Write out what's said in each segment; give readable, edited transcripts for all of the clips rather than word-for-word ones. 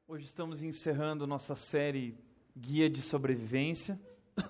Hoje estamos encerrando nossa série Guia de Sobrevivência.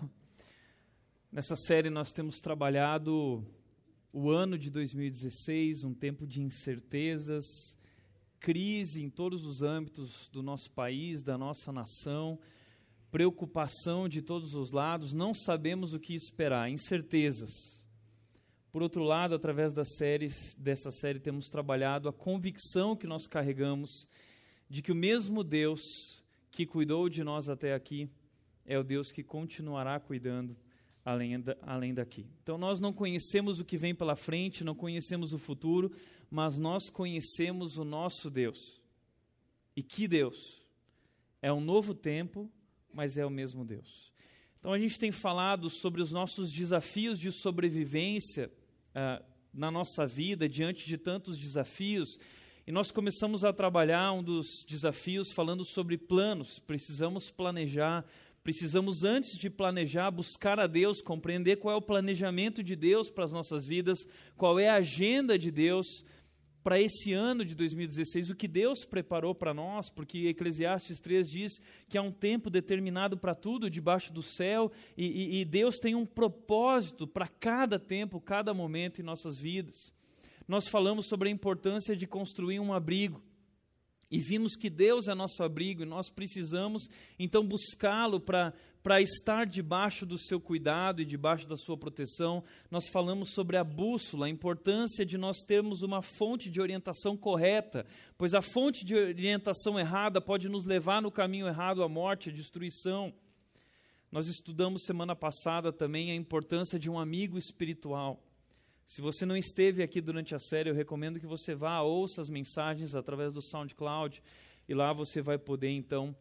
Nessa série nós temos trabalhado o ano de 2016, um tempo de incertezas, crise em todos os âmbitos do nosso país, da nossa nação, preocupação de todos os lados, não sabemos o que esperar, incertezas. Por outro lado, através dessa série temos trabalhado a convicção que nós carregamos de que o mesmo Deus que cuidou de nós até aqui é o Deus que continuará cuidando além daqui. Então nós não conhecemos o que vem pela frente, não conhecemos o futuro, mas nós conhecemos o nosso Deus. E que Deus? É um novo tempo, mas é o mesmo Deus. Então a gente tem falado sobre os nossos desafios de sobrevivência na nossa vida, diante de tantos desafios. E nós começamos a trabalhar um dos desafios falando sobre planos. Precisamos planejar, precisamos antes de planejar, buscar a Deus, compreender qual é o planejamento de Deus para as nossas vidas, qual é a agenda de Deus para esse ano de 2016, o que Deus preparou para nós, porque Eclesiastes 3 diz que há um tempo determinado para tudo debaixo do céu, e Deus tem um propósito para cada tempo, cada momento em nossas vidas. Nós falamos sobre a importância de construir um abrigo, e vimos que Deus é nosso abrigo, e nós precisamos, então, buscá-lo para estar debaixo do seu cuidado e debaixo da sua proteção. Nós falamos sobre a bússola, a importância de nós termos uma fonte de orientação correta, pois a fonte de orientação errada pode nos levar no caminho errado à morte, à destruição. Nós estudamos semana passada também a importância de um amigo espiritual. Se você não esteve aqui durante a série, eu recomendo que você vá, ouça as mensagens através do SoundCloud, e lá você vai poder, então,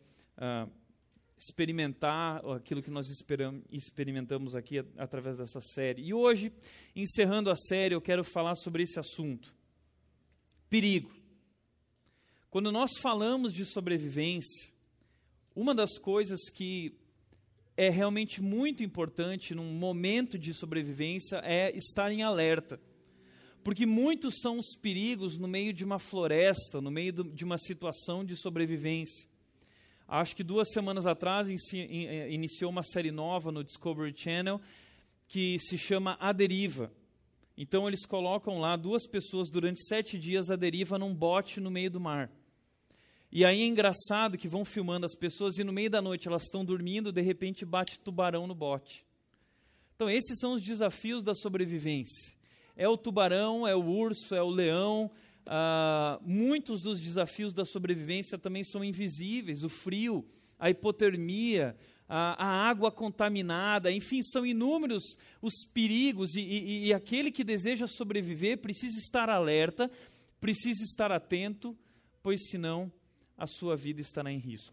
experimentar aquilo que nós experimentamos aqui através dessa série. E hoje, encerrando a série, eu quero falar sobre esse assunto. Perigo. Quando nós falamos de sobrevivência, uma das coisas que é realmente muito importante num momento de sobrevivência é estar em alerta. Porque muitos são os perigos no meio de uma floresta, no meio de uma situação de sobrevivência. Acho que 2 semanas atrás iniciou uma série nova no Discovery Channel que se chama A Deriva. Então eles colocam lá 2 pessoas durante 7 dias à deriva num bote no meio do mar. E aí é engraçado que vão filmando as pessoas e no meio da noite elas estão dormindo, de repente bate tubarão no bote. Então esses são os desafios da sobrevivência. É o tubarão, é o urso, é o leão. Muitos dos desafios da sobrevivência também são invisíveis. O frio, a hipotermia, a água contaminada, enfim, são inúmeros os perigos. E aquele que deseja sobreviver precisa estar alerta, precisa estar atento, pois senão a sua vida estará em risco.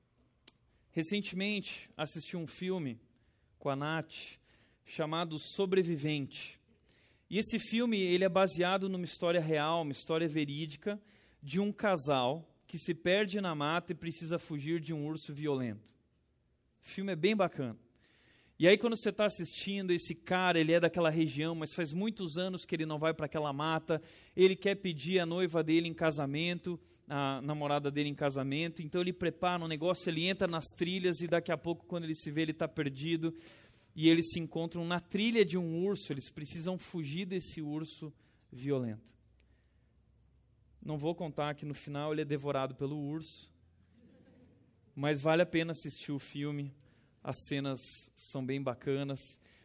Recentemente, assisti um filme com a Nath, chamado Sobrevivente. E esse filme ele é baseado numa história real, uma história verídica, de um casal que se perde na mata e precisa fugir de um urso violento. O filme é bem bacana. E aí quando você está assistindo, esse cara, ele é daquela região, mas faz muitos anos que ele não vai para aquela mata, ele quer pedir a noiva dele em casamento, a namorada dele em casamento, então ele prepara um negócio, ele entra nas trilhas e daqui a pouco, quando ele se vê, ele está perdido, e eles se encontram na trilha de um urso, eles precisam fugir desse urso violento. Não vou contar que no final ele é devorado pelo urso, mas vale a pena assistir o filme. As cenas são bem bacanas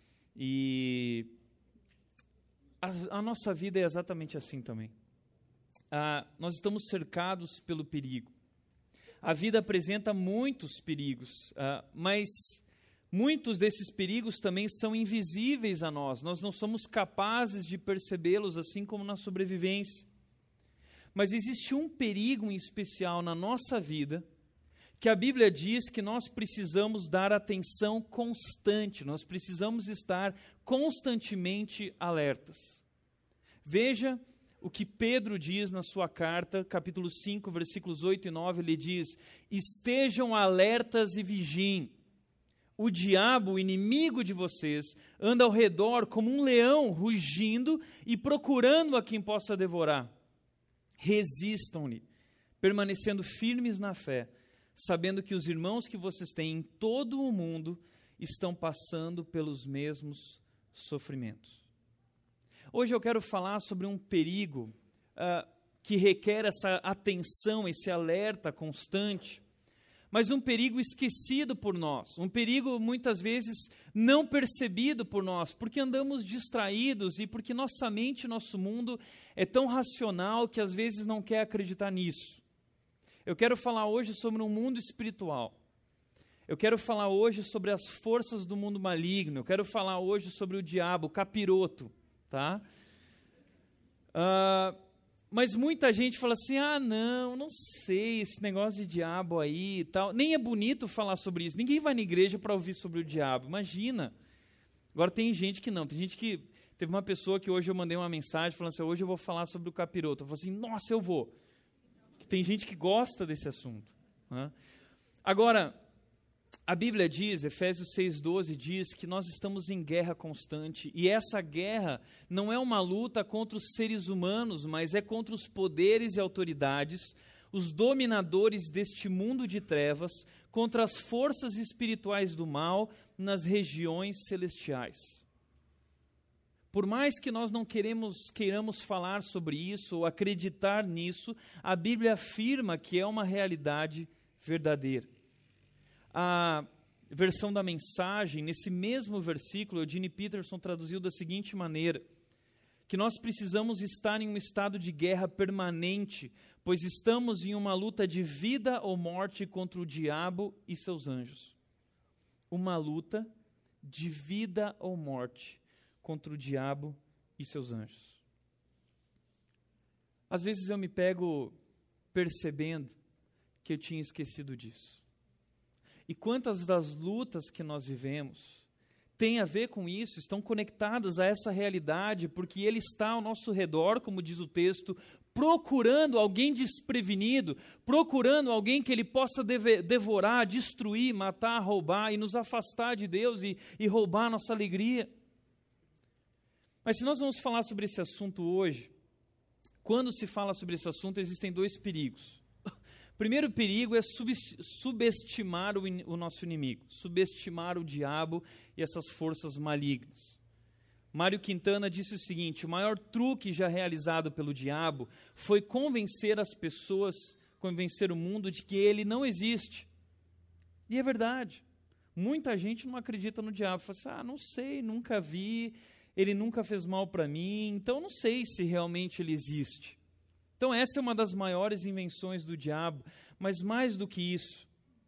e a nossa vida é exatamente assim também. Nós estamos cercados pelo perigo. A vida apresenta muitos perigos, mas muitos desses perigos também são invisíveis a nós. Nós não somos capazes de percebê-los, assim como na sobrevivência. Mas existe um perigo em especial na nossa vida que a Bíblia diz que nós precisamos dar atenção constante, nós precisamos estar constantemente alertas. Veja o que Pedro diz na sua carta, capítulo 5, versículos 8 e 9, ele diz: estejam alertas e vigiem. O diabo, o inimigo de vocês, anda ao redor como um leão rugindo e procurando a quem possa devorar. Resistam-lhe, permanecendo firmes na fé, sabendo que os irmãos que vocês têm em todo o mundo estão passando pelos mesmos sofrimentos. Hoje eu quero falar sobre um perigo que requer essa atenção, esse alerta constante, mas um perigo esquecido por nós, um perigo muitas vezes não percebido por nós, porque andamos distraídos e porque nossa mente, nosso mundo é tão racional que às vezes não quer acreditar nisso. Eu quero falar hoje sobre um mundo espiritual. Eu quero falar hoje sobre as forças do mundo maligno. Eu quero falar hoje sobre o diabo, o capiroto, tá? Mas muita gente fala assim, não sei, esse negócio de diabo aí e tal. Nem é bonito falar sobre isso. Ninguém vai na igreja para ouvir sobre o diabo, imagina. Agora tem gente que não, tem gente que... Teve uma pessoa que hoje eu mandei uma mensagem falando assim, hoje eu vou falar sobre o capiroto. Eu falei assim, nossa, eu vou. Tem gente que gosta desse assunto, né? Agora, a Bíblia diz, Efésios 6,12 diz que nós estamos em guerra constante, e essa guerra não é uma luta contra os seres humanos, mas é contra os poderes e autoridades, os dominadores deste mundo de trevas, contra as forças espirituais do mal nas regiões celestiais. Por mais que nós não queiramos falar sobre isso ou acreditar nisso, a Bíblia afirma que é uma realidade verdadeira. A versão da Mensagem, nesse mesmo versículo, Eugene Peterson traduziu da seguinte maneira, que nós precisamos estar em um estado de guerra permanente, pois estamos em uma luta de vida ou morte contra o diabo e seus anjos. Uma luta de vida ou morte contra o diabo e seus anjos. Às vezes eu me pego percebendo que eu tinha esquecido disso. E quantas das lutas que nós vivemos têm a ver com isso, estão conectadas a essa realidade, porque Ele está ao nosso redor, como diz o texto, procurando alguém desprevenido, procurando alguém que Ele possa devorar, destruir, matar, roubar e nos afastar de Deus e roubar a nossa alegria. Mas se nós vamos falar sobre esse assunto hoje, quando se fala sobre esse assunto, existem dois perigos. O primeiro perigo é subestimar o nosso inimigo, subestimar o diabo e essas forças malignas. Mário Quintana disse o seguinte, o maior truque já realizado pelo diabo foi convencer as pessoas, convencer o mundo de que ele não existe. E é verdade. Muita gente não acredita no diabo. Fala assim, não sei, nunca vi, ele nunca fez mal para mim, então não sei se realmente ele existe. Então essa é uma das maiores invenções do diabo, mas mais do que isso,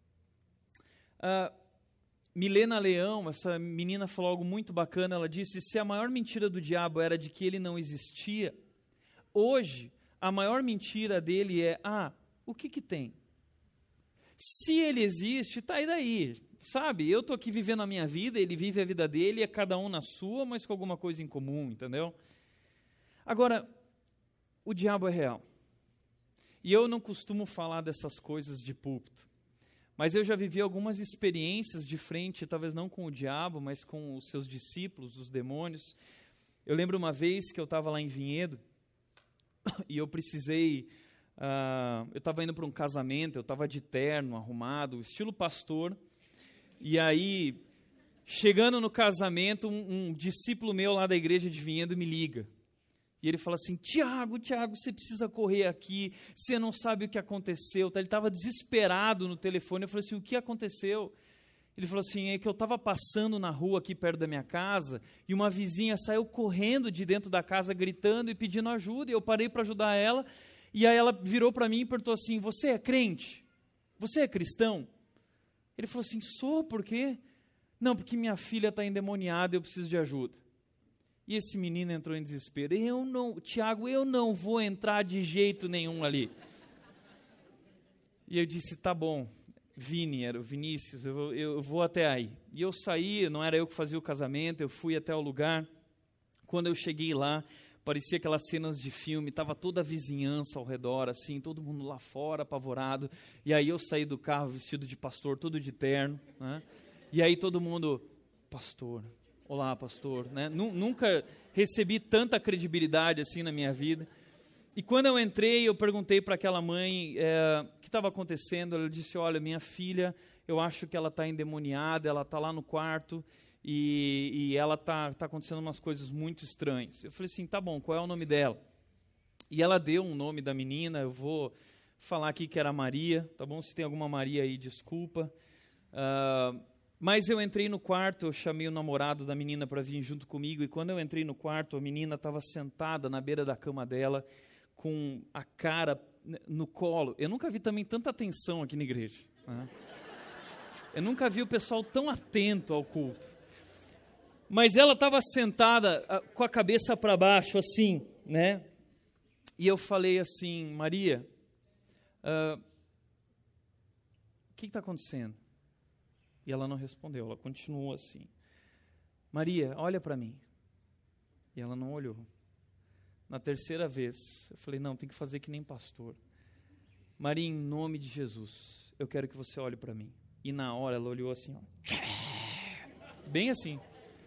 Milena Leão, essa menina falou algo muito bacana, ela disse, se a maior mentira do diabo era de que ele não existia, hoje a maior mentira dele é, o que tem? Se ele existe, tá aí daí, sabe? Eu estou aqui vivendo a minha vida, ele vive a vida dele, é cada um na sua, mas com alguma coisa em comum, entendeu? Agora, o diabo é real. E eu não costumo falar dessas coisas de púlpito. Mas eu já vivi algumas experiências de frente, talvez não com o diabo, mas com os seus discípulos, os demônios. Eu lembro uma vez que eu estava lá em Vinhedo, e eu precisei... eu estava indo para um casamento, eu estava de terno, arrumado, estilo pastor. E aí, chegando no casamento, um discípulo meu lá da igreja de Vinhedo me liga. E ele fala assim, Tiago, você precisa correr aqui, você não sabe o que aconteceu. Ele estava desesperado no telefone, eu falei assim, o que aconteceu? Ele falou assim, é que eu estava passando na rua aqui perto da minha casa, e uma vizinha saiu correndo de dentro da casa, gritando e pedindo ajuda, e eu parei para ajudar ela, e aí ela virou para mim e perguntou assim, você é crente? Você é cristão? Ele falou assim, sou, por quê? Não, porque minha filha está endemoniada e eu preciso de ajuda. E esse menino entrou em desespero. Tiago, eu não vou entrar de jeito nenhum ali. E eu disse, tá bom, Vini, era o Vinícius, eu vou até aí. E eu saí, não era eu que fazia o casamento, eu fui até o lugar. Quando eu cheguei lá, parecia aquelas cenas de filme, estava toda a vizinhança ao redor, assim, todo mundo lá fora, apavorado. E aí eu saí do carro vestido de pastor, todo de terno, né? E aí todo mundo, pastor... Olá, pastor, né? Nunca recebi tanta credibilidade assim na minha vida. E quando eu entrei, eu perguntei para aquela mãe o que estava acontecendo. Ela disse, olha, minha filha, eu acho que ela está endemoniada, ela está lá no quarto e ela tá acontecendo umas coisas muito estranhas. Eu falei assim, tá bom, qual é o nome dela? E ela deu um nome da menina, eu vou falar aqui que era Maria, tá bom? Se tem alguma Maria aí, desculpa. Mas eu entrei no quarto, eu chamei o namorado da menina para vir junto comigo, e quando eu entrei no quarto, a menina estava sentada na beira da cama dela, com a cara no colo. Eu nunca vi também tanta atenção aqui na igreja, né? Eu nunca vi o pessoal tão atento ao culto. Mas ela estava sentada com a cabeça para baixo, assim, né? E eu falei assim, Maria, o que está acontecendo? E ela não respondeu, ela continuou assim. Maria, olha para mim. E ela não olhou. Na terceira vez, eu falei, não, tem que fazer que nem pastor. Maria, em nome de Jesus, eu quero que você olhe para mim. E na hora ela olhou assim, ó. Bem assim.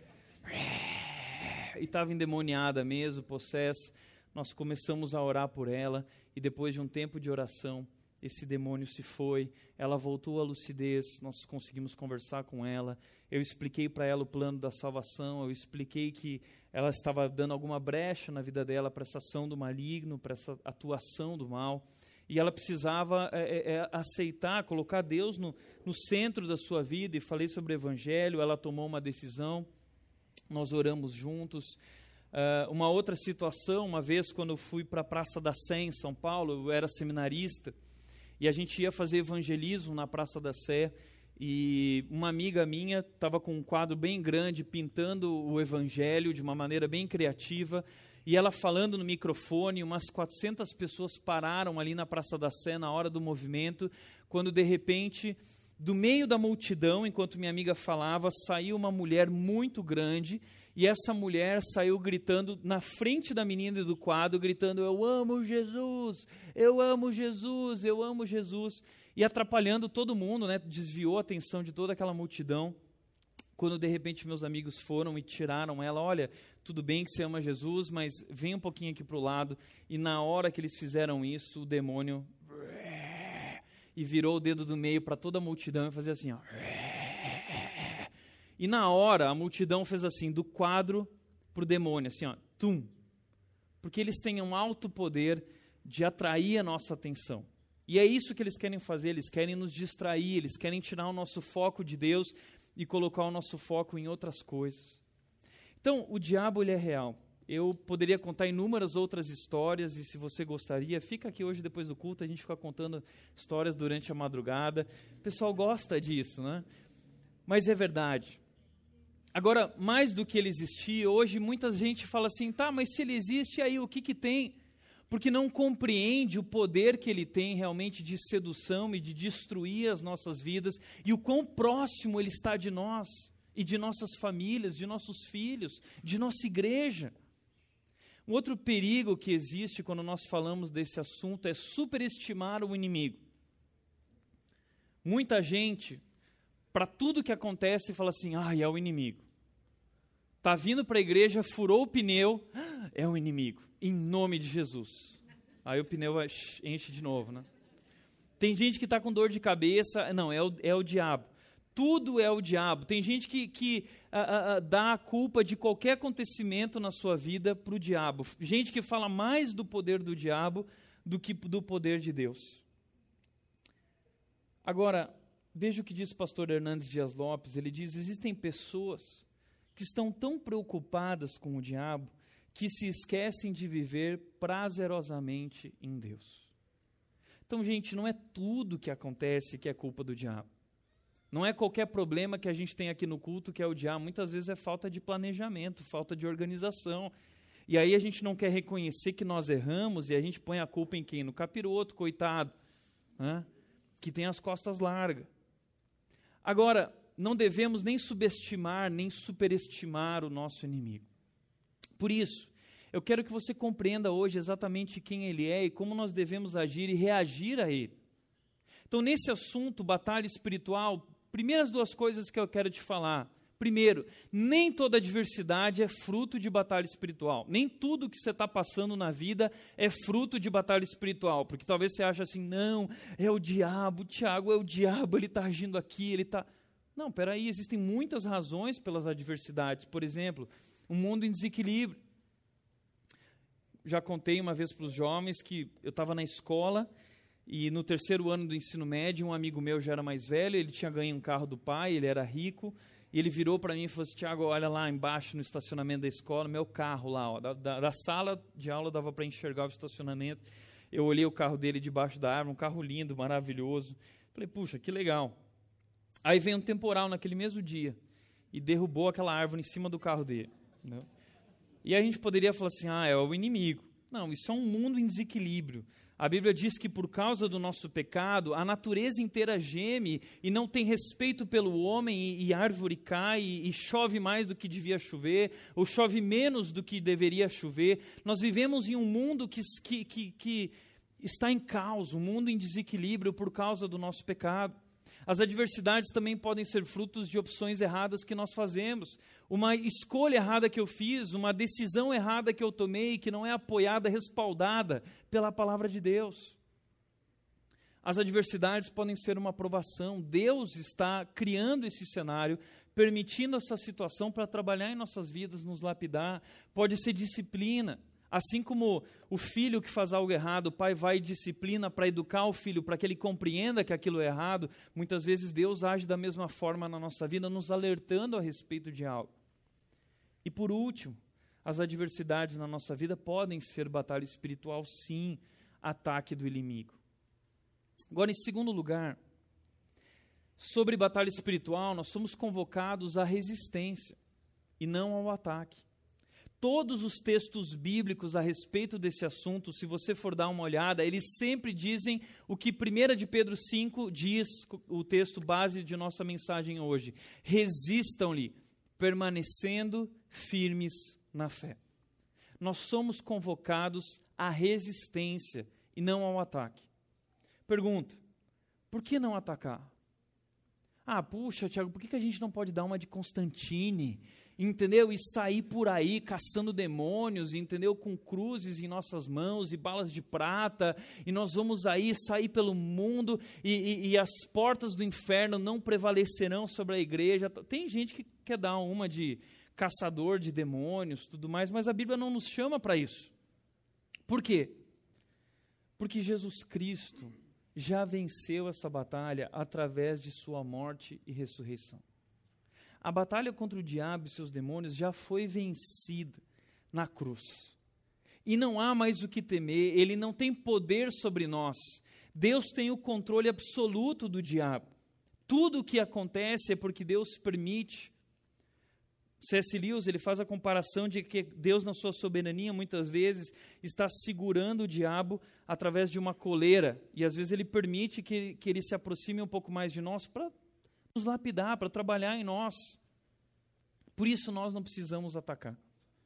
E estava endemoniada mesmo, possessa. Nós começamos a orar por ela, e depois de um tempo de oração, esse demônio se foi, ela voltou à lucidez, nós conseguimos conversar com ela, eu expliquei para ela o plano da salvação, eu expliquei que ela estava dando alguma brecha na vida dela para essa ação do maligno, para essa atuação do mal, e ela precisava aceitar, colocar Deus no centro da sua vida, e falei sobre o Evangelho, ela tomou uma decisão, nós oramos juntos. Uma outra situação, uma vez quando eu fui para a Praça da Sé em São Paulo, eu era seminarista, e a gente ia fazer evangelismo na Praça da Sé, e uma amiga minha estava com um quadro bem grande, pintando o evangelho de uma maneira bem criativa, e ela falando no microfone, umas 400 pessoas pararam ali na Praça da Sé na hora do movimento, quando de repente, do meio da multidão, enquanto minha amiga falava, saiu uma mulher muito grande, e essa mulher saiu gritando na frente da menina e do quadro, gritando, eu amo Jesus, eu amo Jesus, eu amo Jesus, e atrapalhando todo mundo, né? Desviou a atenção de toda aquela multidão, quando de repente meus amigos foram e tiraram ela, olha, tudo bem que você ama Jesus, mas vem um pouquinho aqui para o lado, e na hora que eles fizeram isso, o demônio e virou o dedo do meio para toda a multidão e fazia assim, ó. E na hora, a multidão fez assim, do quadro para o demônio, assim, ó, tum. Porque eles têm um alto poder de atrair a nossa atenção. E é isso que eles querem fazer, eles querem nos distrair, eles querem tirar o nosso foco de Deus e colocar o nosso foco em outras coisas. Então, o diabo, ele é real. Eu poderia contar inúmeras outras histórias, e se você gostaria, fica aqui hoje depois do culto, a gente fica contando histórias durante a madrugada. O pessoal gosta disso, né? Mas é verdade. Agora, mais do que ele existir, hoje muita gente fala assim, tá, mas se ele existe, aí o que tem? Porque não compreende o poder que ele tem realmente de sedução e de destruir as nossas vidas, e o quão próximo ele está de nós, e de nossas famílias, de nossos filhos, de nossa igreja. Um outro perigo que existe quando nós falamos desse assunto é superestimar o inimigo. Muita gente, para tudo que acontece, fala assim, é o inimigo. Está vindo para a igreja, furou o pneu, é o inimigo, em nome de Jesus. Aí o pneu enche de novo, né? Tem gente que está com dor de cabeça, não, é o diabo. Tudo é o diabo. Tem gente que dá a culpa de qualquer acontecimento na sua vida para o diabo. Gente que fala mais do poder do diabo do que do poder de Deus. Agora, veja o que diz o pastor Hernandes Dias Lopes. Ele diz, existem pessoas que estão tão preocupadas com o diabo que se esquecem de viver prazerosamente em Deus. Então, gente, não é tudo que acontece que é culpa do diabo. Não é qualquer problema que a gente tem aqui no culto que é o diabo. Muitas vezes é falta de planejamento, falta de organização. E aí a gente não quer reconhecer que nós erramos e a gente põe a culpa em quem? No capiroto, coitado, né? Que tem as costas largas. Agora, não devemos nem subestimar, nem superestimar o nosso inimigo. Por isso, eu quero que você compreenda hoje exatamente quem ele é e como nós devemos agir e reagir a ele. Então, nesse assunto, batalha espiritual, primeiras duas coisas que eu quero te falar. Primeiro, nem toda adversidade é fruto de batalha espiritual. Nem tudo que você está passando na vida é fruto de batalha espiritual. Porque talvez você ache assim, não, é o diabo, Tiago é o diabo, ele está agindo aqui, ele está... Não, peraí, existem muitas razões pelas adversidades. Por exemplo, um mundo em desequilíbrio. Já contei uma vez para os jovens que eu estava na escola e no 3º ano do ensino médio, um amigo meu já era mais velho, ele tinha ganho um carro do pai, ele era rico, e ele virou para mim e falou assim, Tiago, olha lá embaixo no estacionamento da escola, meu carro lá, ó, da sala de aula dava para enxergar o estacionamento. Eu olhei o carro dele debaixo da árvore, um carro lindo, maravilhoso. Falei, puxa, que legal. Aí veio um temporal naquele mesmo dia e derrubou aquela árvore em cima do carro dele. Entendeu? E a gente poderia falar assim, é o inimigo. Não, isso é um mundo em desequilíbrio. A Bíblia diz que por causa do nosso pecado, a natureza inteira geme e não tem respeito pelo homem e árvore cai e chove mais do que devia chover, ou chove menos do que deveria chover. Nós vivemos em um mundo que está em caos, um mundo em desequilíbrio por causa do nosso pecado. As adversidades também podem ser frutos de opções erradas que nós fazemos. Uma escolha errada que eu fiz, uma decisão errada que eu tomei, que não é apoiada, respaldada pela palavra de Deus. As adversidades podem ser uma provação. Deus está criando esse cenário, permitindo essa situação para trabalhar em nossas vidas, nos lapidar. Pode ser disciplina. Assim como o filho que faz algo errado, o pai vai e disciplina para educar o filho, para que ele compreenda que aquilo é errado, muitas vezes Deus age da mesma forma na nossa vida, nos alertando a respeito de algo. E por último, as adversidades na nossa vida podem ser batalha espiritual, sim, ataque do inimigo. Agora, em segundo lugar, sobre batalha espiritual, nós somos convocados à resistência e não ao ataque. Todos os textos bíblicos a respeito desse assunto, se você for dar uma olhada, eles sempre dizem o que 1 de Pedro 5 diz, o texto base de nossa mensagem hoje. Resistam-lhe, permanecendo firmes na fé. Nós somos convocados à resistência e não ao ataque. Pergunta, por que não atacar? Puxa, Tiago, por que a gente não pode dar uma de Constantine, entendeu? E sair por aí caçando demônios, entendeu? Com cruzes em nossas mãos e balas de prata, e nós vamos aí sair pelo mundo e as portas do inferno não prevalecerão sobre a igreja. Tem gente que quer dar uma de caçador de demônios, tudo mais, mas a Bíblia não nos chama para isso. Por quê? Porque Jesus Cristo já venceu essa batalha através de sua morte e ressurreição. A batalha contra o diabo e seus demônios já foi vencida na cruz. E não há mais o que temer, ele não tem poder sobre nós. Deus tem o controle absoluto do diabo. Tudo o que acontece é porque Deus permite. C.S. Lewis, ele faz a comparação de que Deus, na sua soberania, muitas vezes está segurando o diabo através de uma coleira, e às vezes ele permite que ele se aproxime um pouco mais de nós para nos lapidar, para trabalhar em nós. Por isso nós não precisamos atacar.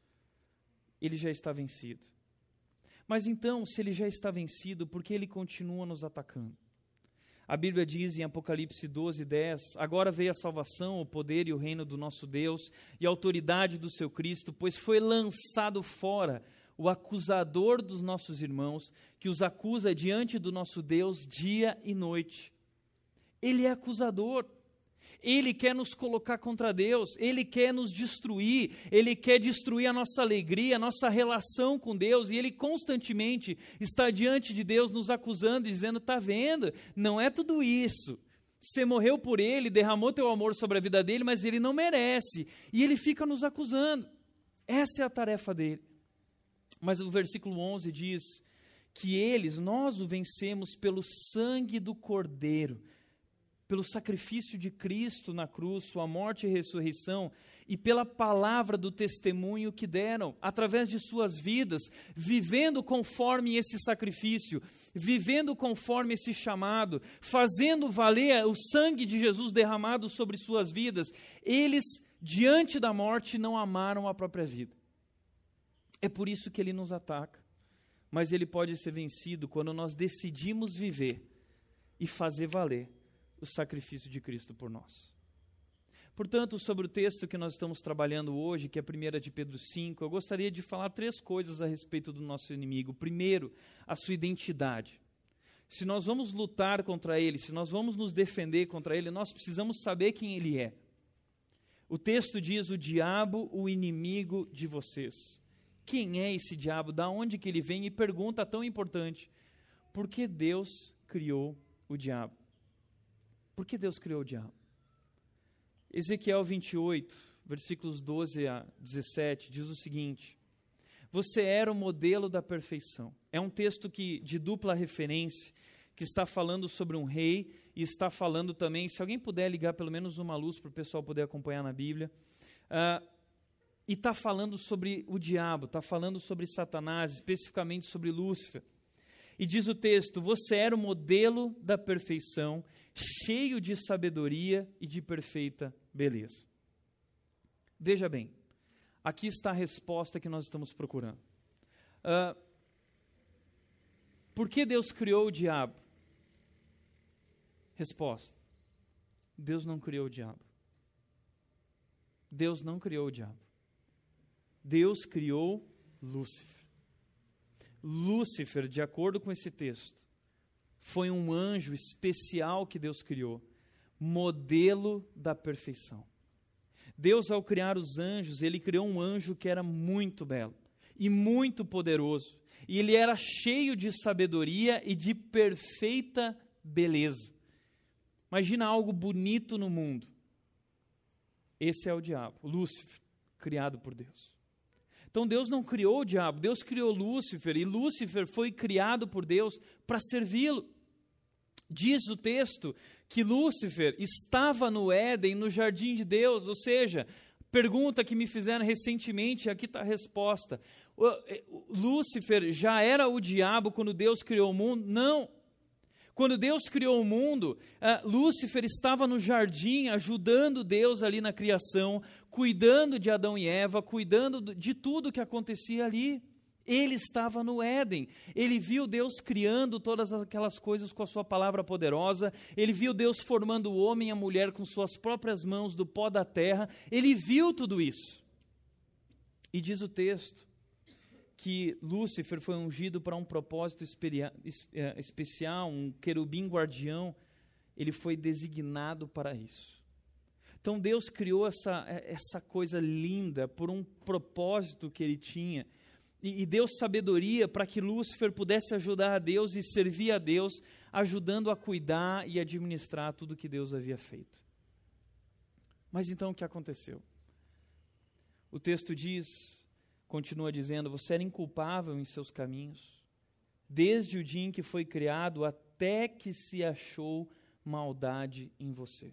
Ele já está vencido. Mas então, se ele já está vencido, por que ele continua nos atacando? A Bíblia diz em Apocalipse 12:10, agora veio a salvação, o poder e o reino do nosso Deus e a autoridade do seu Cristo, pois foi lançado fora o acusador dos nossos irmãos, que os acusa diante do nosso Deus dia e noite. Ele é acusador. Ele quer nos colocar contra Deus, Ele quer nos destruir, Ele quer destruir a nossa alegria, a nossa relação com Deus, e Ele constantemente está diante de Deus nos acusando, dizendo, está vendo, não é tudo isso, você morreu por Ele, derramou teu amor sobre a vida dEle, mas Ele não merece, e Ele fica nos acusando, essa é a tarefa dEle. Mas o versículo 11 diz que nós o vencemos pelo sangue do Cordeiro, pelo sacrifício de Cristo na cruz, sua morte e ressurreição, e pela palavra do testemunho que deram, através de suas vidas, vivendo conforme esse sacrifício, vivendo conforme esse chamado, fazendo valer o sangue de Jesus derramado sobre suas vidas, eles, diante da morte, não amaram a própria vida. É por isso que ele nos ataca, mas ele pode ser vencido quando nós decidimos viver e fazer valer o sacrifício de Cristo por nós. Portanto, sobre o texto que nós estamos trabalhando hoje, que é 1 de Pedro 5, eu gostaria de falar 3 coisas a respeito do nosso inimigo. Primeiro, a sua identidade. Se nós vamos lutar contra ele, se nós vamos nos defender contra ele, nós precisamos saber quem ele é. O texto diz: o diabo, o inimigo de vocês. Quem é esse diabo? Da onde que ele vem? E pergunta tão importante: por que Deus criou o diabo? Por que Deus criou o diabo? Ezequiel 28, versículos 12 a 17, diz o seguinte: você era o modelo da perfeição. É um texto de dupla referência, que está falando sobre um rei e está falando também, se alguém puder ligar pelo menos uma luz para o pessoal poder acompanhar na Bíblia, e está falando sobre o diabo, está falando sobre Satanás, especificamente sobre Lúcifer. E diz o texto: você era o modelo da perfeição, cheio de sabedoria e de perfeita beleza. Veja bem, aqui está a resposta que nós estamos procurando. Por que Deus criou o diabo? Resposta: Deus não criou o diabo. Deus não criou o diabo. Deus criou Lúcifer. Lúcifer, de acordo com esse texto, foi um anjo especial que Deus criou, modelo da perfeição. Deus, ao criar os anjos, ele criou um anjo que era muito belo e muito poderoso, e ele era cheio de sabedoria e de perfeita beleza. Imagina algo bonito no mundo. Esse é o diabo, Lúcifer, criado por Deus. Então Deus não criou o diabo, Deus criou Lúcifer, e Lúcifer foi criado por Deus para servi-lo. Diz o texto que Lúcifer estava no Éden, no jardim de Deus, ou seja, pergunta que me fizeram recentemente, aqui está a resposta. Lúcifer já era o diabo quando Deus criou o mundo? Não. Quando Deus criou o mundo, Lúcifer estava no jardim, ajudando Deus ali na criação, cuidando de Adão e Eva, cuidando de tudo que acontecia ali. Ele estava no Éden, ele viu Deus criando todas aquelas coisas com a sua palavra poderosa, ele viu Deus formando o homem e a mulher com suas próprias mãos do pó da terra, ele viu tudo isso. E diz o texto que Lúcifer foi ungido para um propósito especial, um querubim guardião, ele foi designado para isso. Então Deus criou essa coisa linda por um propósito que ele tinha, e deu sabedoria para que Lúcifer pudesse ajudar a Deus e servir a Deus, ajudando a cuidar e administrar tudo que Deus havia feito. Mas então o que aconteceu? O texto continua dizendo: você era inculpável em seus caminhos, desde o dia em que foi criado até que se achou maldade em você.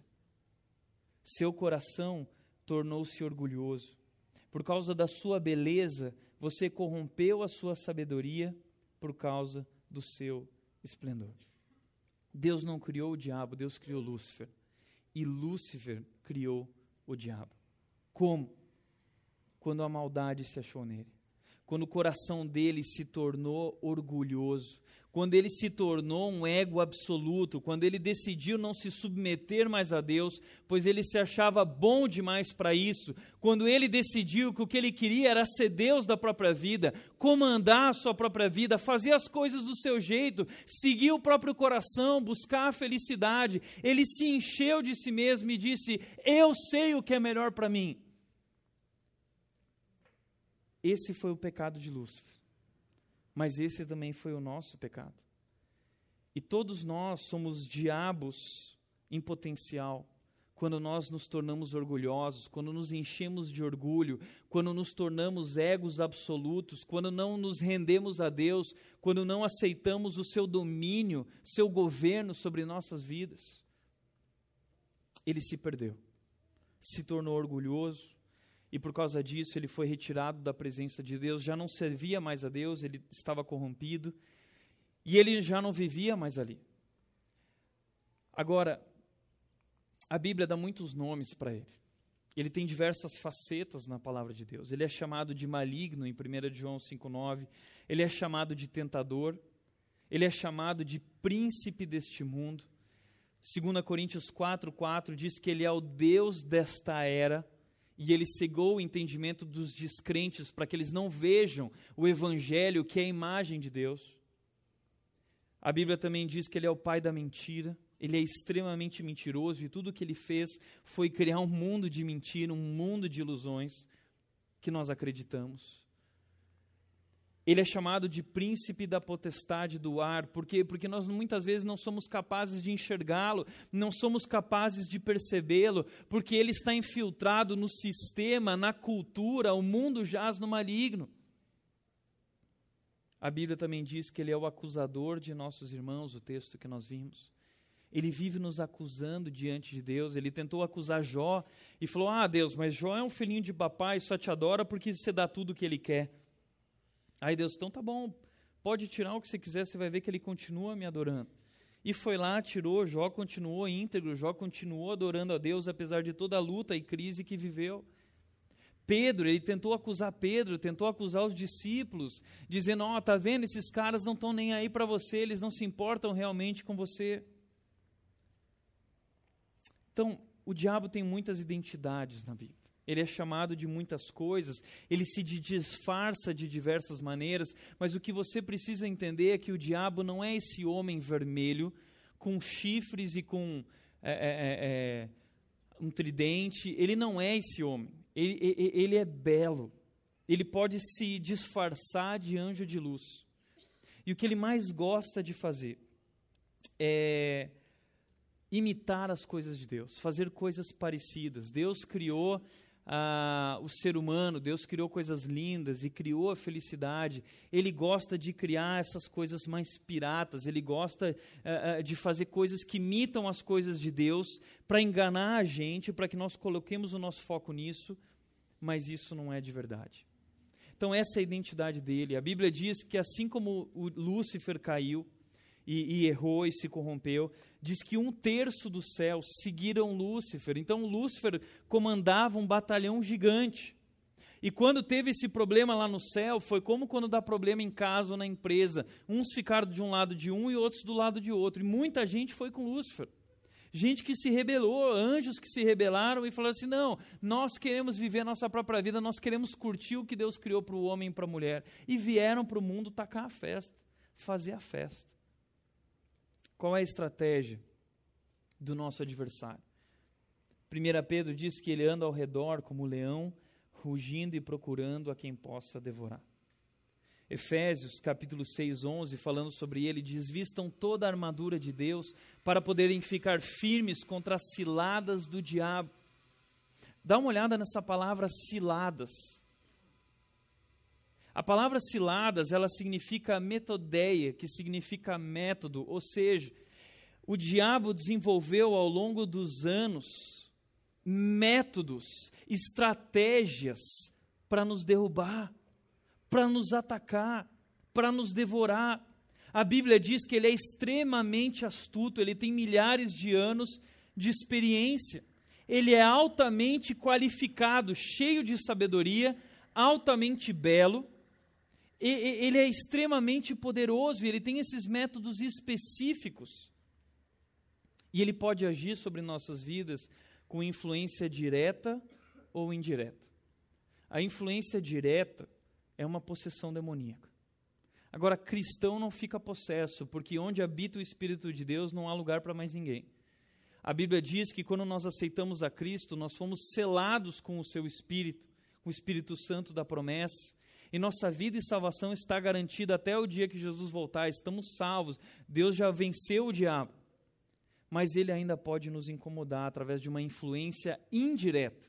Seu coração tornou-se orgulhoso. Por causa da sua beleza, você corrompeu a sua sabedoria por causa do seu esplendor. Deus não criou o diabo, Deus criou Lúcifer. E Lúcifer criou o diabo. Como? Quando a maldade se achou nele. Quando o coração dele se tornou orgulhoso. Quando ele se tornou um ego absoluto, quando ele decidiu não se submeter mais a Deus, pois ele se achava bom demais para isso, quando ele decidiu que o que ele queria era ser Deus da própria vida, comandar a sua própria vida, fazer as coisas do seu jeito, seguir o próprio coração, buscar a felicidade, ele se encheu de si mesmo e disse: eu sei o que é melhor para mim. Esse foi o pecado de Lúcifer. Mas esse também foi o nosso pecado. E todos nós somos diabos em potencial, quando nós nos tornamos orgulhosos, quando nos enchemos de orgulho, quando nos tornamos egos absolutos, quando não nos rendemos a Deus, quando não aceitamos o seu domínio, seu governo sobre nossas vidas. Ele se perdeu, se tornou orgulhoso, e por causa disso ele foi retirado da presença de Deus, já não servia mais a Deus, ele estava corrompido, e ele já não vivia mais ali. Agora, a Bíblia dá muitos nomes para ele. Ele tem diversas facetas na palavra de Deus. Ele é chamado de maligno em 1 João 5,9, ele é chamado de tentador, ele é chamado de príncipe deste mundo. 2 Coríntios 4:4 diz que ele é o Deus desta era e ele cegou o entendimento dos descrentes para que eles não vejam o evangelho, que é a imagem de Deus. A Bíblia também diz que ele é o pai da mentira, ele é extremamente mentiroso e tudo o que ele fez foi criar um mundo de mentira, um mundo de ilusões que nós acreditamos. Ele é chamado de príncipe da potestade do ar. Por quê? Porque nós muitas vezes não somos capazes de enxergá-lo, não somos capazes de percebê-lo, porque ele está infiltrado no sistema, na cultura, o mundo jaz no maligno. A Bíblia também diz que ele é o acusador de nossos irmãos, o texto que nós vimos. Ele vive nos acusando diante de Deus. Ele tentou acusar Jó e falou, Deus, mas Jó é um filhinho de papai, só te adora porque você dá tudo o que ele quer. Aí Deus, então tá bom, pode tirar o que você quiser, você vai ver que ele continua me adorando. E foi lá, tirou, Jó continuou íntegro, Jó continuou adorando a Deus, apesar de toda a luta e crise que viveu. Pedro, ele tentou acusar Pedro, tentou acusar os discípulos, dizendo, tá vendo, esses caras não estão nem aí para você, eles não se importam realmente com você. Então, o diabo tem muitas identidades na Bíblia. Ele é chamado de muitas coisas, ele se disfarça de diversas maneiras, mas o que você precisa entender é que o diabo não é esse homem vermelho, com chifres e com um tridente, ele não é esse homem, ele é belo, ele pode se disfarçar de anjo de luz. E o que ele mais gosta de fazer é imitar as coisas de Deus, fazer coisas parecidas. Deus criou o ser humano, Deus criou coisas lindas e criou a felicidade. Ele gosta de criar essas coisas mais piratas, ele gosta de fazer coisas que imitam as coisas de Deus para enganar a gente, para que nós coloquemos o nosso foco nisso, mas isso não é de verdade. Então essa é a identidade dele. A Bíblia diz que assim como o Lúcifer caiu e errou e se corrompeu, diz que 1/3 do céu seguiram Lúcifer. Então Lúcifer comandava um batalhão gigante. E quando teve esse problema lá no céu, foi como quando dá problema em casa ou na empresa. Uns ficaram de um lado de um e outros do lado de outro. E muita gente foi com Lúcifer. Gente que se rebelou, anjos que se rebelaram e falaram assim, não, nós queremos viver a nossa própria vida, nós queremos curtir o que Deus criou para o homem e para a mulher. E vieram para o mundo tacar a festa, fazer a festa. Qual é a estratégia do nosso adversário? 1 Pedro diz que ele anda ao redor como leão, rugindo e procurando a quem possa devorar. Efésios capítulo 6:11, falando sobre ele, diz, vistam toda a armadura de Deus para poderem ficar firmes contra as ciladas do diabo. Dá uma olhada nessa palavra ciladas. A palavra ciladas, ela significa metodeia, que significa método, ou seja, o diabo desenvolveu ao longo dos anos métodos, estratégias para nos derrubar, para nos atacar, para nos devorar. A Bíblia diz que ele é extremamente astuto, ele tem milhares de anos de experiência, ele é altamente qualificado, cheio de sabedoria, altamente belo. Ele é extremamente poderoso e ele tem esses métodos específicos. E ele pode agir sobre nossas vidas com influência direta ou indireta. A influência direta é uma possessão demoníaca. Agora, cristão não fica possesso, porque onde habita o Espírito de Deus não há lugar para mais ninguém. A Bíblia diz que quando nós aceitamos a Cristo, nós fomos selados com o seu Espírito, com o Espírito Santo da promessa. E nossa vida e salvação está garantida até o dia que Jesus voltar. Estamos salvos. Deus já venceu o diabo. Mas ele ainda pode nos incomodar através de uma influência indireta.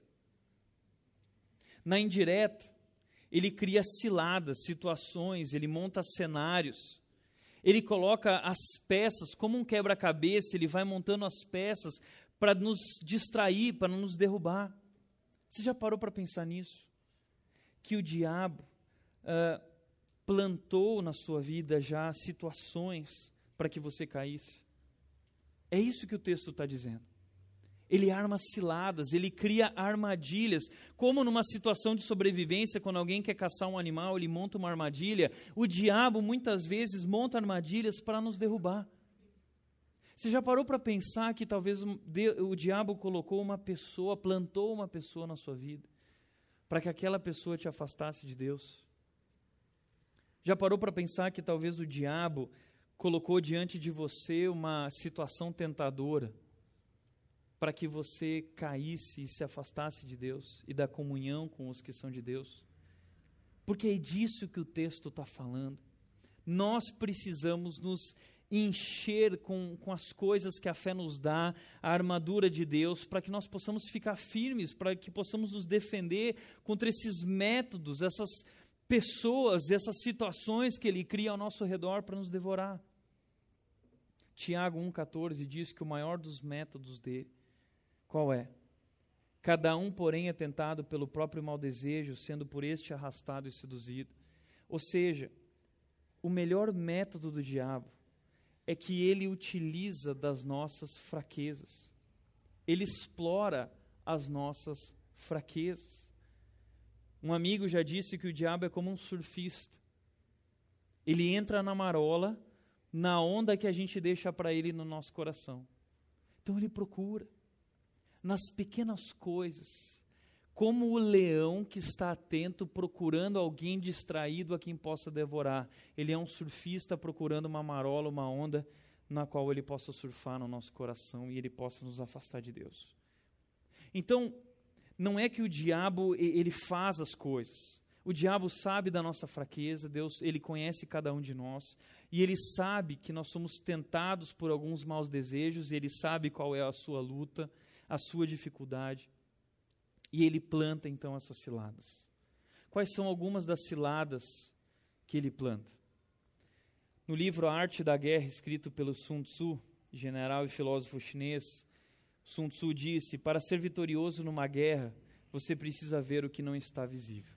Na indireta, ele cria ciladas, situações, ele monta cenários. Ele coloca as peças, como um quebra-cabeça, ele vai montando as peças para nos distrair, para nos derrubar. Você já parou para pensar nisso? Que o diabo plantou na sua vida já situações para que você caísse. É isso que o texto está dizendo. Ele arma ciladas, ele cria armadilhas. Como numa situação de sobrevivência, quando alguém quer caçar um animal, ele monta uma armadilha. O diabo muitas vezes monta armadilhas para nos derrubar. Você já parou para pensar que talvez o diabo colocou uma pessoa, plantou uma pessoa na sua vida, para que aquela pessoa te afastasse de Deus? Já parou para pensar que talvez o diabo colocou diante de você uma situação tentadora, para que você caísse e se afastasse de Deus e da comunhão com os que são de Deus? Porque é disso que o texto está falando. Nós precisamos nos encher com as coisas que a fé nos dá, a armadura de Deus, para que nós possamos ficar firmes, para que possamos nos defender contra esses métodos, essas pessoas, essas situações que Ele cria ao nosso redor para nos devorar. Tiago 1,14 diz que o maior dos métodos dele, qual é? Cada um, porém, é tentado pelo próprio mau desejo, sendo por este arrastado e seduzido. Ou seja, o melhor método do diabo é que ele utiliza das nossas fraquezas. Ele explora as nossas fraquezas. Um amigo já disse que o diabo é como um surfista. Ele entra na marola, na onda que a gente deixa para ele no nosso coração. Então ele procura, nas pequenas coisas, como o leão que está atento, procurando alguém distraído a quem possa devorar. Ele é um surfista procurando uma marola, uma onda, na qual ele possa surfar no nosso coração e ele possa nos afastar de Deus. Então, não é que o diabo, ele faz as coisas. O diabo sabe da nossa fraqueza, Deus, ele conhece cada um de nós, e ele sabe que nós somos tentados por alguns maus desejos, e ele sabe qual é a sua luta, a sua dificuldade. E ele planta, então, essas ciladas. Quais são algumas das ciladas que ele planta? No livro A Arte da Guerra, escrito pelo Sun Tzu, general e filósofo chinês, Sun Tzu disse: para ser vitorioso numa guerra, você precisa ver o que não está visível.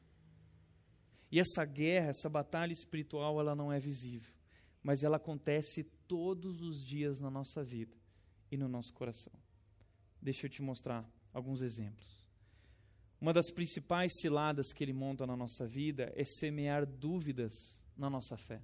E essa guerra, essa batalha espiritual, ela não é visível, mas ela acontece todos os dias na nossa vida e no nosso coração. Deixa eu te mostrar alguns exemplos. Uma das principais ciladas que ele monta na nossa vida é semear dúvidas na nossa fé.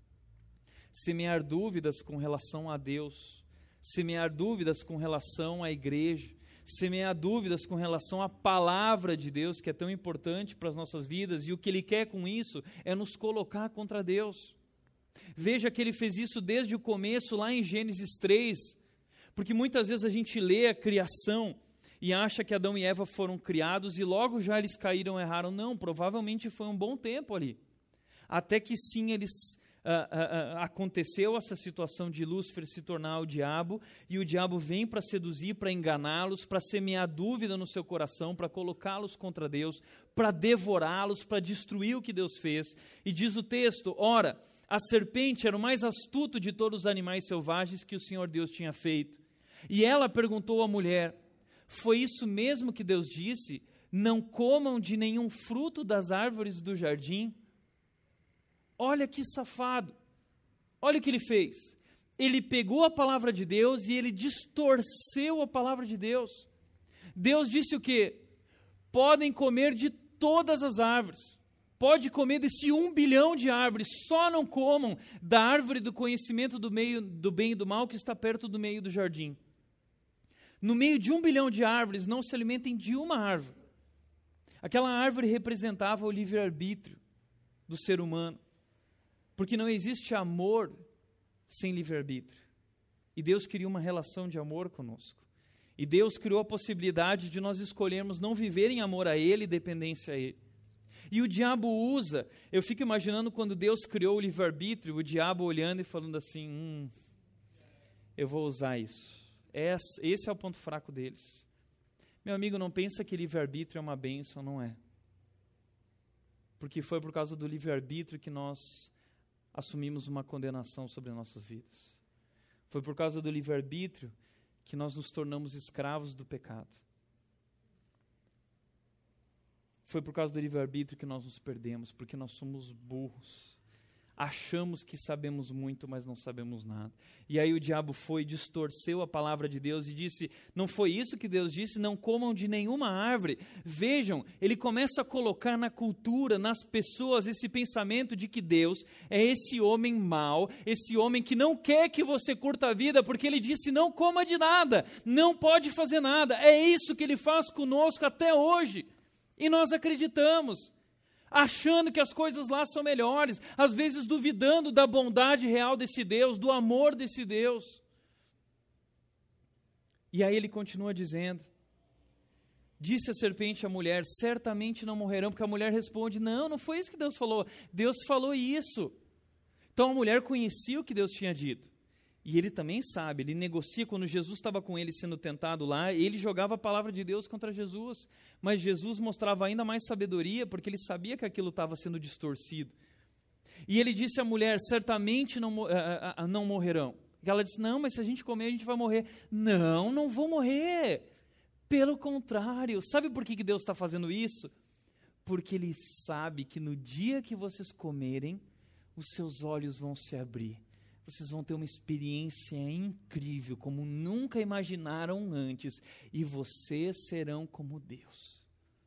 Semear dúvidas com relação a Deus, semear dúvidas com relação à igreja, semear dúvidas com relação à palavra de Deus, que é tão importante para as nossas vidas, e o que ele quer com isso é nos colocar contra Deus. Veja que ele fez isso desde o começo, lá em Gênesis 3, porque muitas vezes a gente lê a criação e acha que Adão e Eva foram criados e logo já eles caíram, erraram. Não, provavelmente foi um bom tempo ali. Até que sim, aconteceu essa situação de Lúcifer se tornar o diabo, e o diabo vem para seduzir, para enganá-los, para semear dúvida no seu coração, para colocá-los contra Deus, para devorá-los, para destruir o que Deus fez. E diz o texto: ora, a serpente era o mais astuto de todos os animais selvagens que o Senhor Deus tinha feito. E ela perguntou à mulher: foi isso mesmo que Deus disse? Não comam de nenhum fruto das árvores do jardim? Olha que safado. Olha o que ele fez. Ele pegou a palavra de Deus e ele distorceu a palavra de Deus. Deus disse o quê? Podem comer de todas as árvores. Pode comer desse 1 bilhão de árvores. Só não comam da árvore do conhecimento do bem e do mal que está perto do meio do jardim. No meio de 1 bilhão de árvores, não se alimentem de uma árvore. Aquela árvore representava o livre-arbítrio do ser humano. Porque não existe amor sem livre-arbítrio. E Deus criou uma relação de amor conosco. E Deus criou a possibilidade de nós escolhermos não viver em amor a Ele e dependência a Ele. E o diabo usa, eu fico imaginando quando Deus criou o livre-arbítrio, o diabo olhando e falando assim: eu vou usar isso. Esse é o ponto fraco deles. Meu amigo, não pensa que livre-arbítrio é uma bênção, não é. Porque foi por causa do livre-arbítrio que nós assumimos uma condenação sobre nossas vidas. Foi por causa do livre-arbítrio que nós nos tornamos escravos do pecado. Foi por causa do livre-arbítrio que nós nos perdemos, porque nós somos burros. achamos que sabemos muito, mas não sabemos nada. E aí o diabo foi, distorceu a palavra de Deus e disse, não foi isso que Deus disse, não comam de nenhuma árvore. Vejam, ele começa a colocar na cultura, nas pessoas, esse pensamento de que Deus é esse homem mau, esse homem que não quer que você curta a vida, porque ele disse, não coma de nada, não pode fazer nada. É isso que ele faz conosco até hoje. E nós acreditamos, achando que as coisas lá são melhores, às vezes duvidando da bondade real desse Deus, do amor desse Deus. E aí ele continua dizendo, disse a serpente à mulher, certamente não morrerão, porque a mulher responde, não foi isso que Deus falou, Deus falou isso. Então a mulher conhecia o que Deus tinha dito. E ele também sabe, ele negocia, quando Jesus estava com ele sendo tentado lá, ele jogava a palavra de Deus contra Jesus, mas Jesus mostrava ainda mais sabedoria, porque ele sabia que aquilo estava sendo distorcido. E ele disse à mulher, certamente não morrerão. E ela disse, não, mas se a gente comer, a gente vai morrer. Não vou morrer. Pelo contrário, sabe por que Deus está fazendo isso? Porque Ele sabe que no dia que vocês comerem, os seus olhos vão se abrir. Vocês vão ter uma experiência incrível, como nunca imaginaram antes, e vocês serão como Deus.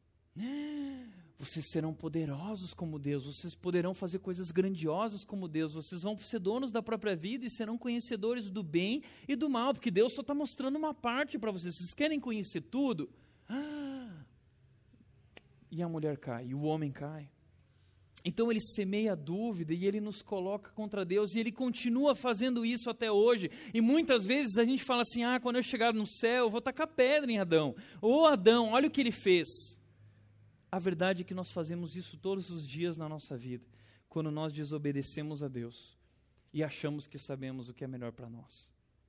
Vocês serão poderosos como Deus, vocês poderão fazer coisas grandiosas como Deus, vocês vão ser donos da própria vida e serão conhecedores do bem e do mal, porque Deus só está mostrando uma parte para vocês. Vocês querem conhecer tudo? E a mulher cai, e o homem cai. Então ele semeia a dúvida e ele nos coloca contra Deus, e ele continua fazendo isso até hoje. E muitas vezes a gente fala assim, quando eu chegar no céu, eu vou tacar pedra em Adão. Ô Adão, olha o que ele fez. A verdade é que nós fazemos isso todos os dias na nossa vida, quando nós desobedecemos a Deus e achamos que sabemos o que é melhor para nós.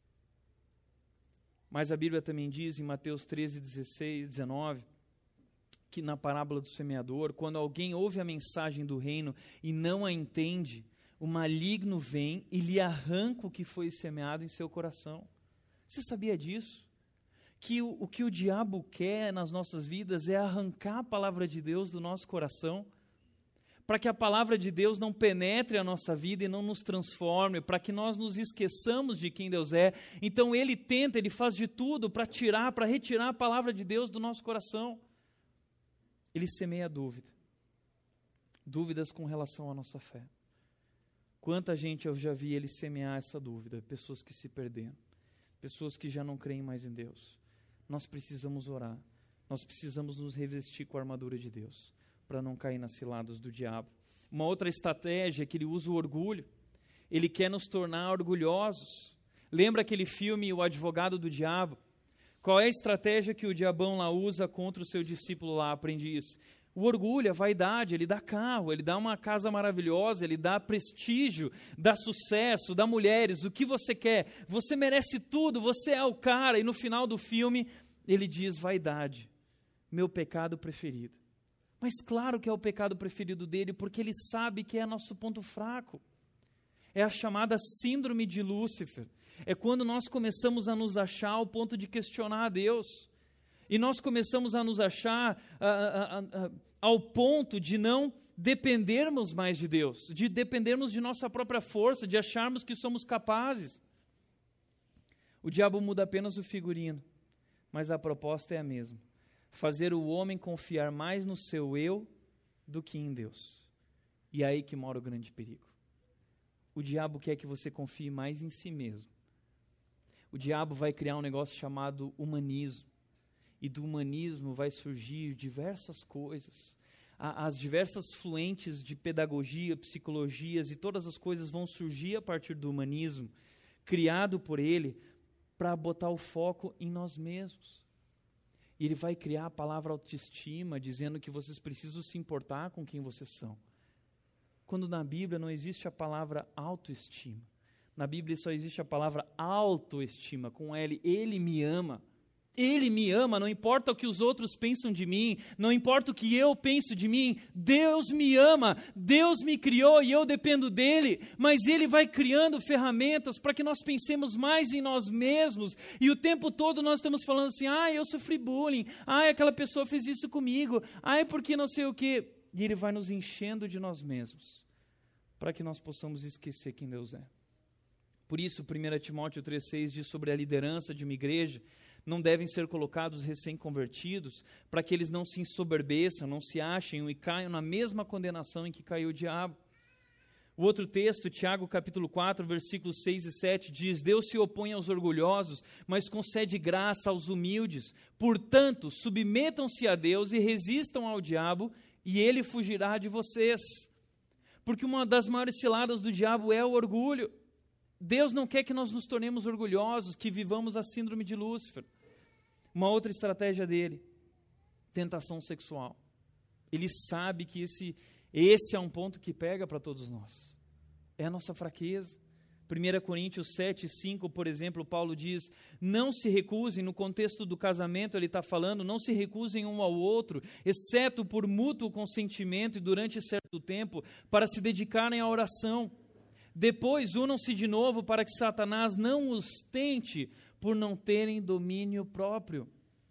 Mas a Bíblia também diz em Mateus 13, 16, 19, que na parábola do semeador, quando alguém ouve a mensagem do reino e não a entende, o maligno vem e lhe arranca o que foi semeado em seu coração. Você sabia disso? Que o que o diabo quer nas nossas vidas é arrancar a palavra de Deus do nosso coração, para que a palavra de Deus não penetre a nossa vida e não nos transforme, para que nós nos esqueçamos de quem Deus é. Então ele tenta, ele faz de tudo para retirar a palavra de Deus do nosso coração. Ele semeia dúvida, dúvidas com relação à nossa fé. Quanta gente eu já vi ele semear essa dúvida, pessoas que se perderam, pessoas que já não creem mais em Deus. Nós precisamos orar, nós precisamos nos revestir com a armadura de Deus, para não cair nas ciladas do diabo. Uma outra estratégia é que ele usa o orgulho, ele quer nos tornar orgulhosos. Lembra aquele filme O Advogado do Diabo? Qual é a estratégia que o diabão lá usa contra o seu discípulo lá, aprendiz? O orgulho, a vaidade, ele dá carro, ele dá uma casa maravilhosa, ele dá prestígio, dá sucesso, dá mulheres, o que você quer, você merece tudo, você é o cara. E no final do filme, ele diz, vaidade, meu pecado preferido. Mas claro que é o pecado preferido dele, porque ele sabe que é nosso ponto fraco. É a chamada síndrome de Lúcifer. É quando nós começamos a nos achar ao ponto de questionar a Deus. E nós começamos a nos achar ao ponto de não dependermos mais de Deus, de dependermos de nossa própria força, de acharmos que somos capazes. O diabo muda apenas o figurino, mas a proposta é a mesma. Fazer o homem confiar mais no seu eu do que em Deus. E é aí que mora o grande perigo. O diabo quer que você confie mais em si mesmo. O diabo vai criar um negócio chamado humanismo. E do humanismo vai surgir diversas coisas. As diversas fluentes de pedagogia, psicologias e todas as coisas vão surgir a partir do humanismo, criado por ele para botar o foco em nós mesmos. E ele vai criar a palavra autoestima, dizendo que vocês precisam se importar com quem vocês são. Quando na Bíblia não existe a palavra autoestima. Na Bíblia só existe a palavra autoestima, com L. Ele me ama. Ele me ama, não importa o que os outros pensam de mim, não importa o que eu penso de mim, Deus me ama, Deus me criou e eu dependo dele, mas ele vai criando ferramentas para que nós pensemos mais em nós mesmos, e o tempo todo nós estamos falando assim, eu sofri bullying, aquela pessoa fez isso comigo, porque não sei o quê, e ele vai nos enchendo de nós mesmos, para que nós possamos esquecer quem Deus é. Por isso, 1 Timóteo 3,6 diz sobre a liderança de uma igreja: não devem ser colocados recém-convertidos, para que eles não se ensoberbeçam, não se achem e caiam na mesma condenação em que caiu o diabo. O outro texto, Tiago capítulo 4, versículos 6 e 7, diz: Deus se opõe aos orgulhosos, mas concede graça aos humildes. Portanto, submetam-se a Deus e resistam ao diabo, e ele fugirá de vocês. Porque uma das maiores ciladas do diabo é o orgulho. Deus não quer que nós nos tornemos orgulhosos, que vivamos a síndrome de Lúcifer. Uma outra estratégia dele: tentação sexual. Ele sabe que esse é um ponto que pega para todos nós. É a nossa fraqueza. 1 Coríntios 7:5, por exemplo, Paulo diz: não se recusem, no contexto do casamento ele está falando, não se recusem um ao outro, exceto por mútuo consentimento e durante certo tempo, para se dedicarem à oração. Depois unam-se de novo para que Satanás não os tente por não terem domínio próprio.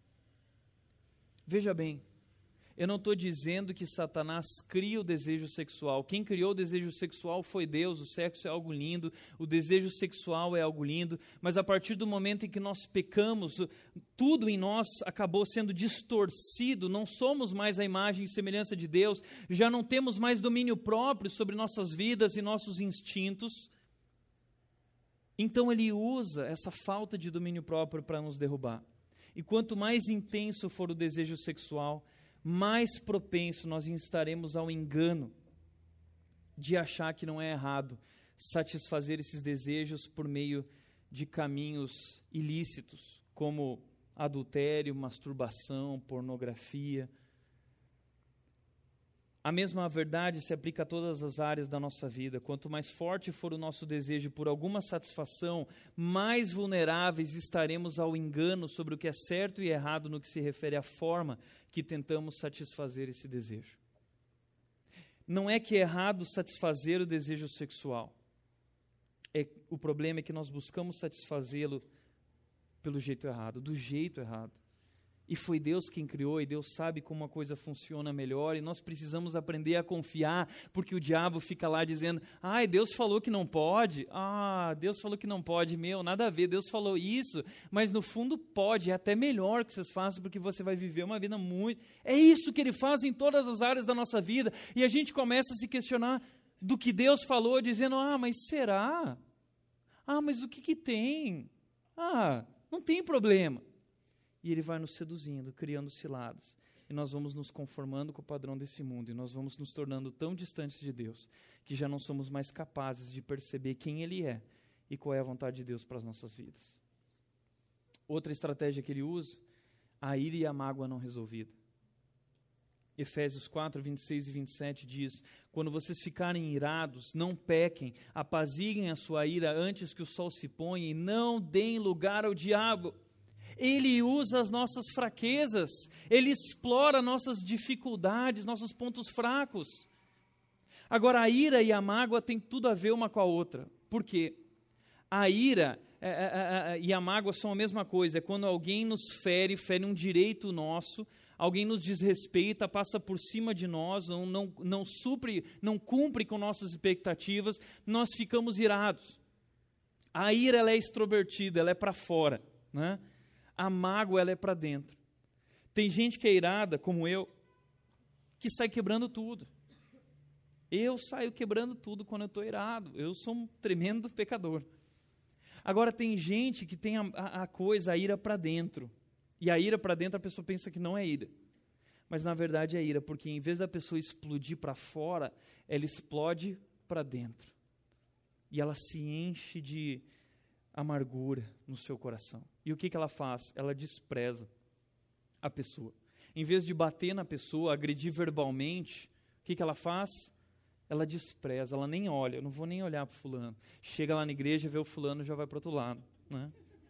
Veja bem, eu não estou dizendo que Satanás cria o desejo sexual. Quem criou o desejo sexual foi Deus. O sexo é algo lindo, o desejo sexual é algo lindo, mas a partir do momento em que nós pecamos, tudo em nós acabou sendo distorcido, não somos mais a imagem e semelhança de Deus, já não temos mais domínio próprio sobre nossas vidas e nossos instintos. Então ele usa essa falta de domínio próprio para nos derrubar. E quanto mais intenso for o desejo sexual, mais propenso nós estaremos ao engano de achar que não é errado satisfazer esses desejos por meio de caminhos ilícitos, como adultério, masturbação, pornografia. A mesma verdade se aplica a todas as áreas da nossa vida. Quanto mais forte for o nosso desejo por alguma satisfação, mais vulneráveis estaremos ao engano sobre o que é certo e errado no que se refere à forma que tentamos satisfazer esse desejo. Não é que é errado satisfazer o desejo sexual. O problema é que nós buscamos satisfazê-lo pelo jeito errado, do jeito errado. E foi Deus quem criou, e Deus sabe como a coisa funciona melhor, e nós precisamos aprender a confiar, porque o diabo fica lá dizendo: ai, Deus falou que não pode, Deus falou que não pode, nada a ver, Deus falou isso, mas no fundo pode, é até melhor que vocês façam, porque você vai viver uma vida muito... É isso que Ele faz em todas as áreas da nossa vida, e a gente começa a se questionar do que Deus falou, dizendo: mas será? Mas o que tem? Não tem problema. E ele vai nos seduzindo, criando ciladas. E nós vamos nos conformando com o padrão desse mundo. E nós vamos nos tornando tão distantes de Deus, que já não somos mais capazes de perceber quem Ele é e qual é a vontade de Deus para as nossas vidas. Outra estratégia que ele usa: a ira e a mágoa não resolvida. Efésios 4, 26 e 27 diz: quando vocês ficarem irados, não pequem, apaziguem a sua ira antes que o sol se ponha e não deem lugar ao diabo. Ele usa as nossas fraquezas, Ele explora nossas dificuldades, nossos pontos fracos. Agora, a ira e a mágoa têm tudo a ver uma com a outra. Por quê? A ira e a mágoa são a mesma coisa. É quando alguém nos fere um direito nosso, alguém nos desrespeita, passa por cima de nós, não cumpre com nossas expectativas, nós ficamos irados. A ira, ela é extrovertida, ela é para fora, né? A mágoa, ela é para dentro. Tem gente que é irada, como eu, que sai quebrando tudo. Eu saio quebrando tudo quando eu estou irado. Eu sou um tremendo pecador. Agora, tem gente que tem a ira para dentro. E a ira para dentro, a pessoa pensa que não é ira. Mas, na verdade, é ira, porque em vez da pessoa explodir para fora, ela explode para dentro. E ela se enche de amargura no seu coração. E o que ela faz? Ela despreza a pessoa. Em vez de bater na pessoa, agredir verbalmente, o que ela faz? Ela despreza, ela nem olha. Eu não vou nem olhar para o fulano. Chega lá na igreja, vê o fulano e já vai para o outro lado, né?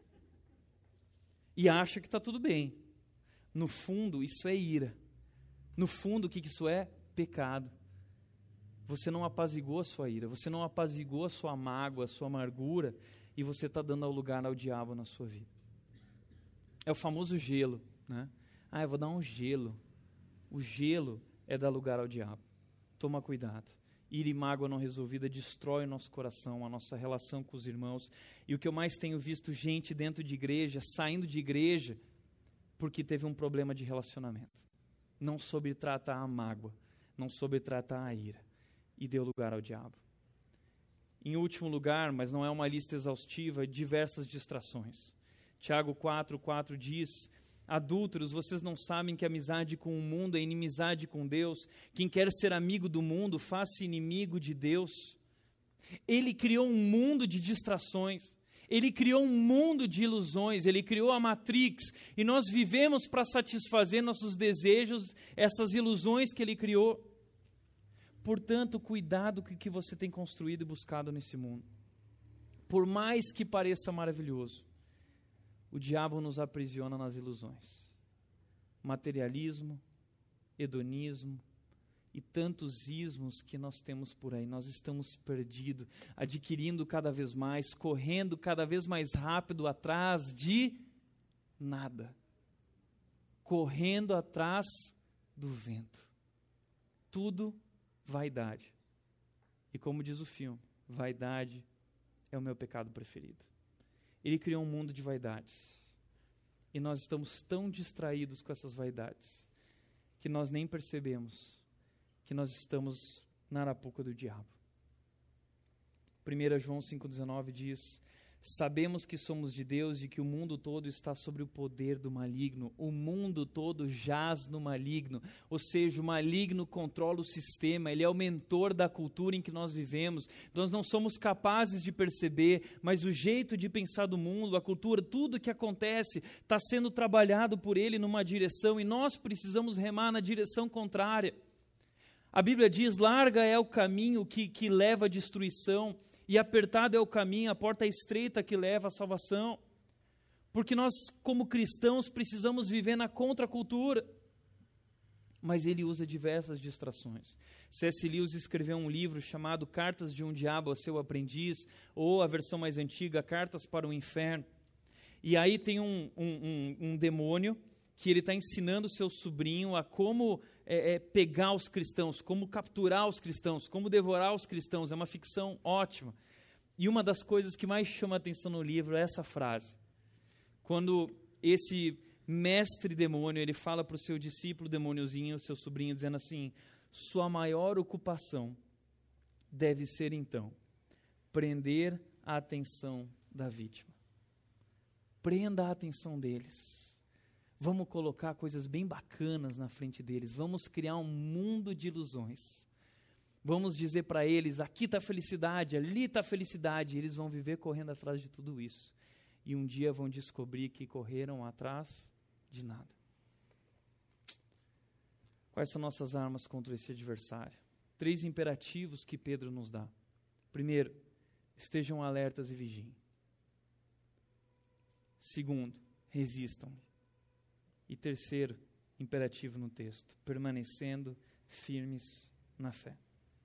E acha que está tudo bem. No fundo, isso é ira. No fundo, o que isso é? Pecado. Você não apaziguou a sua ira, você não apaziguou a sua mágoa, a sua amargura, e você está dando lugar ao diabo na sua vida. É o famoso gelo, né? Eu vou dar um gelo. O gelo é dar lugar ao diabo. Toma cuidado. ira e mágoa não resolvida destrói o nosso coração, a nossa relação com os irmãos. E o que eu mais tenho visto, gente dentro de igreja, saindo de igreja, porque teve um problema de relacionamento. Não soube tratar a mágoa, não soube tratar a ira, e deu lugar ao diabo. Em último lugar, mas não é uma lista exaustiva, diversas distrações. Tiago 4:4 diz: adúlteros, vocês não sabem que amizade com o mundo é inimizade com Deus? Quem quer ser amigo do mundo, faça inimigo de Deus. Ele criou um mundo de distrações. Ele criou um mundo de ilusões. Ele criou a Matrix. E nós vivemos para satisfazer nossos desejos, essas ilusões que Ele criou. Portanto, cuidado com o que você tem construído e buscado nesse mundo. Por mais que pareça maravilhoso, o diabo nos aprisiona nas ilusões. Materialismo, hedonismo e tantos ismos que nós temos por aí. Nós estamos perdidos, adquirindo cada vez mais, correndo cada vez mais rápido atrás de nada. Correndo atrás do vento. Tudo vaidade. E como diz o filme, vaidade é o meu pecado preferido. Ele criou um mundo de vaidades. E nós estamos tão distraídos com essas vaidades que nós nem percebemos que nós estamos na arapuca do diabo. 1 João 5,19 diz: sabemos que somos de Deus e que o mundo todo está sob o poder do maligno. O mundo todo jaz no maligno. Ou seja, o maligno controla o sistema. Ele é o mentor da cultura em que nós vivemos. Nós não somos capazes de perceber, mas o jeito de pensar do mundo, a cultura, tudo que acontece está sendo trabalhado por ele numa direção e nós precisamos remar na direção contrária. A Bíblia diz: larga é o caminho que leva à destruição, e apertado é o caminho, a porta é estreita que leva à salvação. Porque nós, como cristãos, precisamos viver na contracultura. Mas ele usa diversas distrações. C.S. Lewis escreveu um livro chamado Cartas de um Diabo a Seu Aprendiz, ou a versão mais antiga, Cartas para o Inferno. E aí tem um demônio que ele está ensinando o seu sobrinho a como pegar os cristãos, como capturar os cristãos, como devorar os cristãos. É uma ficção ótima. E uma das coisas que mais chama a atenção no livro é essa frase. Quando esse mestre demônio, ele fala para o seu discípulo demôniozinho, seu sobrinho, dizendo assim: sua maior ocupação deve ser então prender a atenção da vítima. Prenda a atenção deles. Vamos colocar coisas bem bacanas na frente deles. Vamos criar um mundo de ilusões. Vamos dizer para eles: aqui está a felicidade, ali está a felicidade. E eles vão viver correndo atrás de tudo isso. E um dia vão descobrir que correram atrás de nada. Quais são nossas armas contra esse adversário? 3 imperativos que Pedro nos dá. Primeiro, estejam alertas e vigiem. Segundo, resistam. E terceiro imperativo no texto: permanecendo firmes na fé.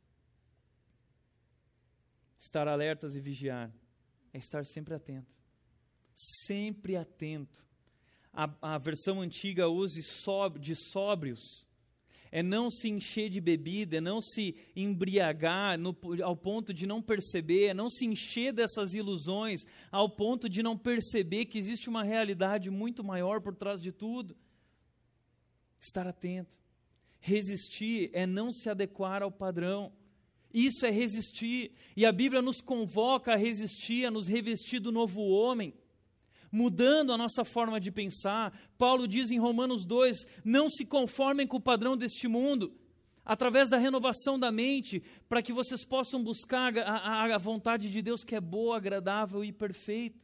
Estar alertas e vigiar é estar sempre atento. Sempre atento. A versão antiga usa de sóbrios. É não se encher de bebida, é não se embriagar ao ponto de não perceber, é não se encher dessas ilusões ao ponto de não perceber que existe uma realidade muito maior por trás de tudo. Estar atento. Resistir é não se adequar ao padrão. Isso é resistir. E a Bíblia nos convoca a resistir, a nos revestir do novo homem, mudando a nossa forma de pensar. Paulo diz em Romanos 2, não se conformem com o padrão deste mundo, através da renovação da mente, para que vocês possam buscar a vontade de Deus, que é boa, agradável e perfeita.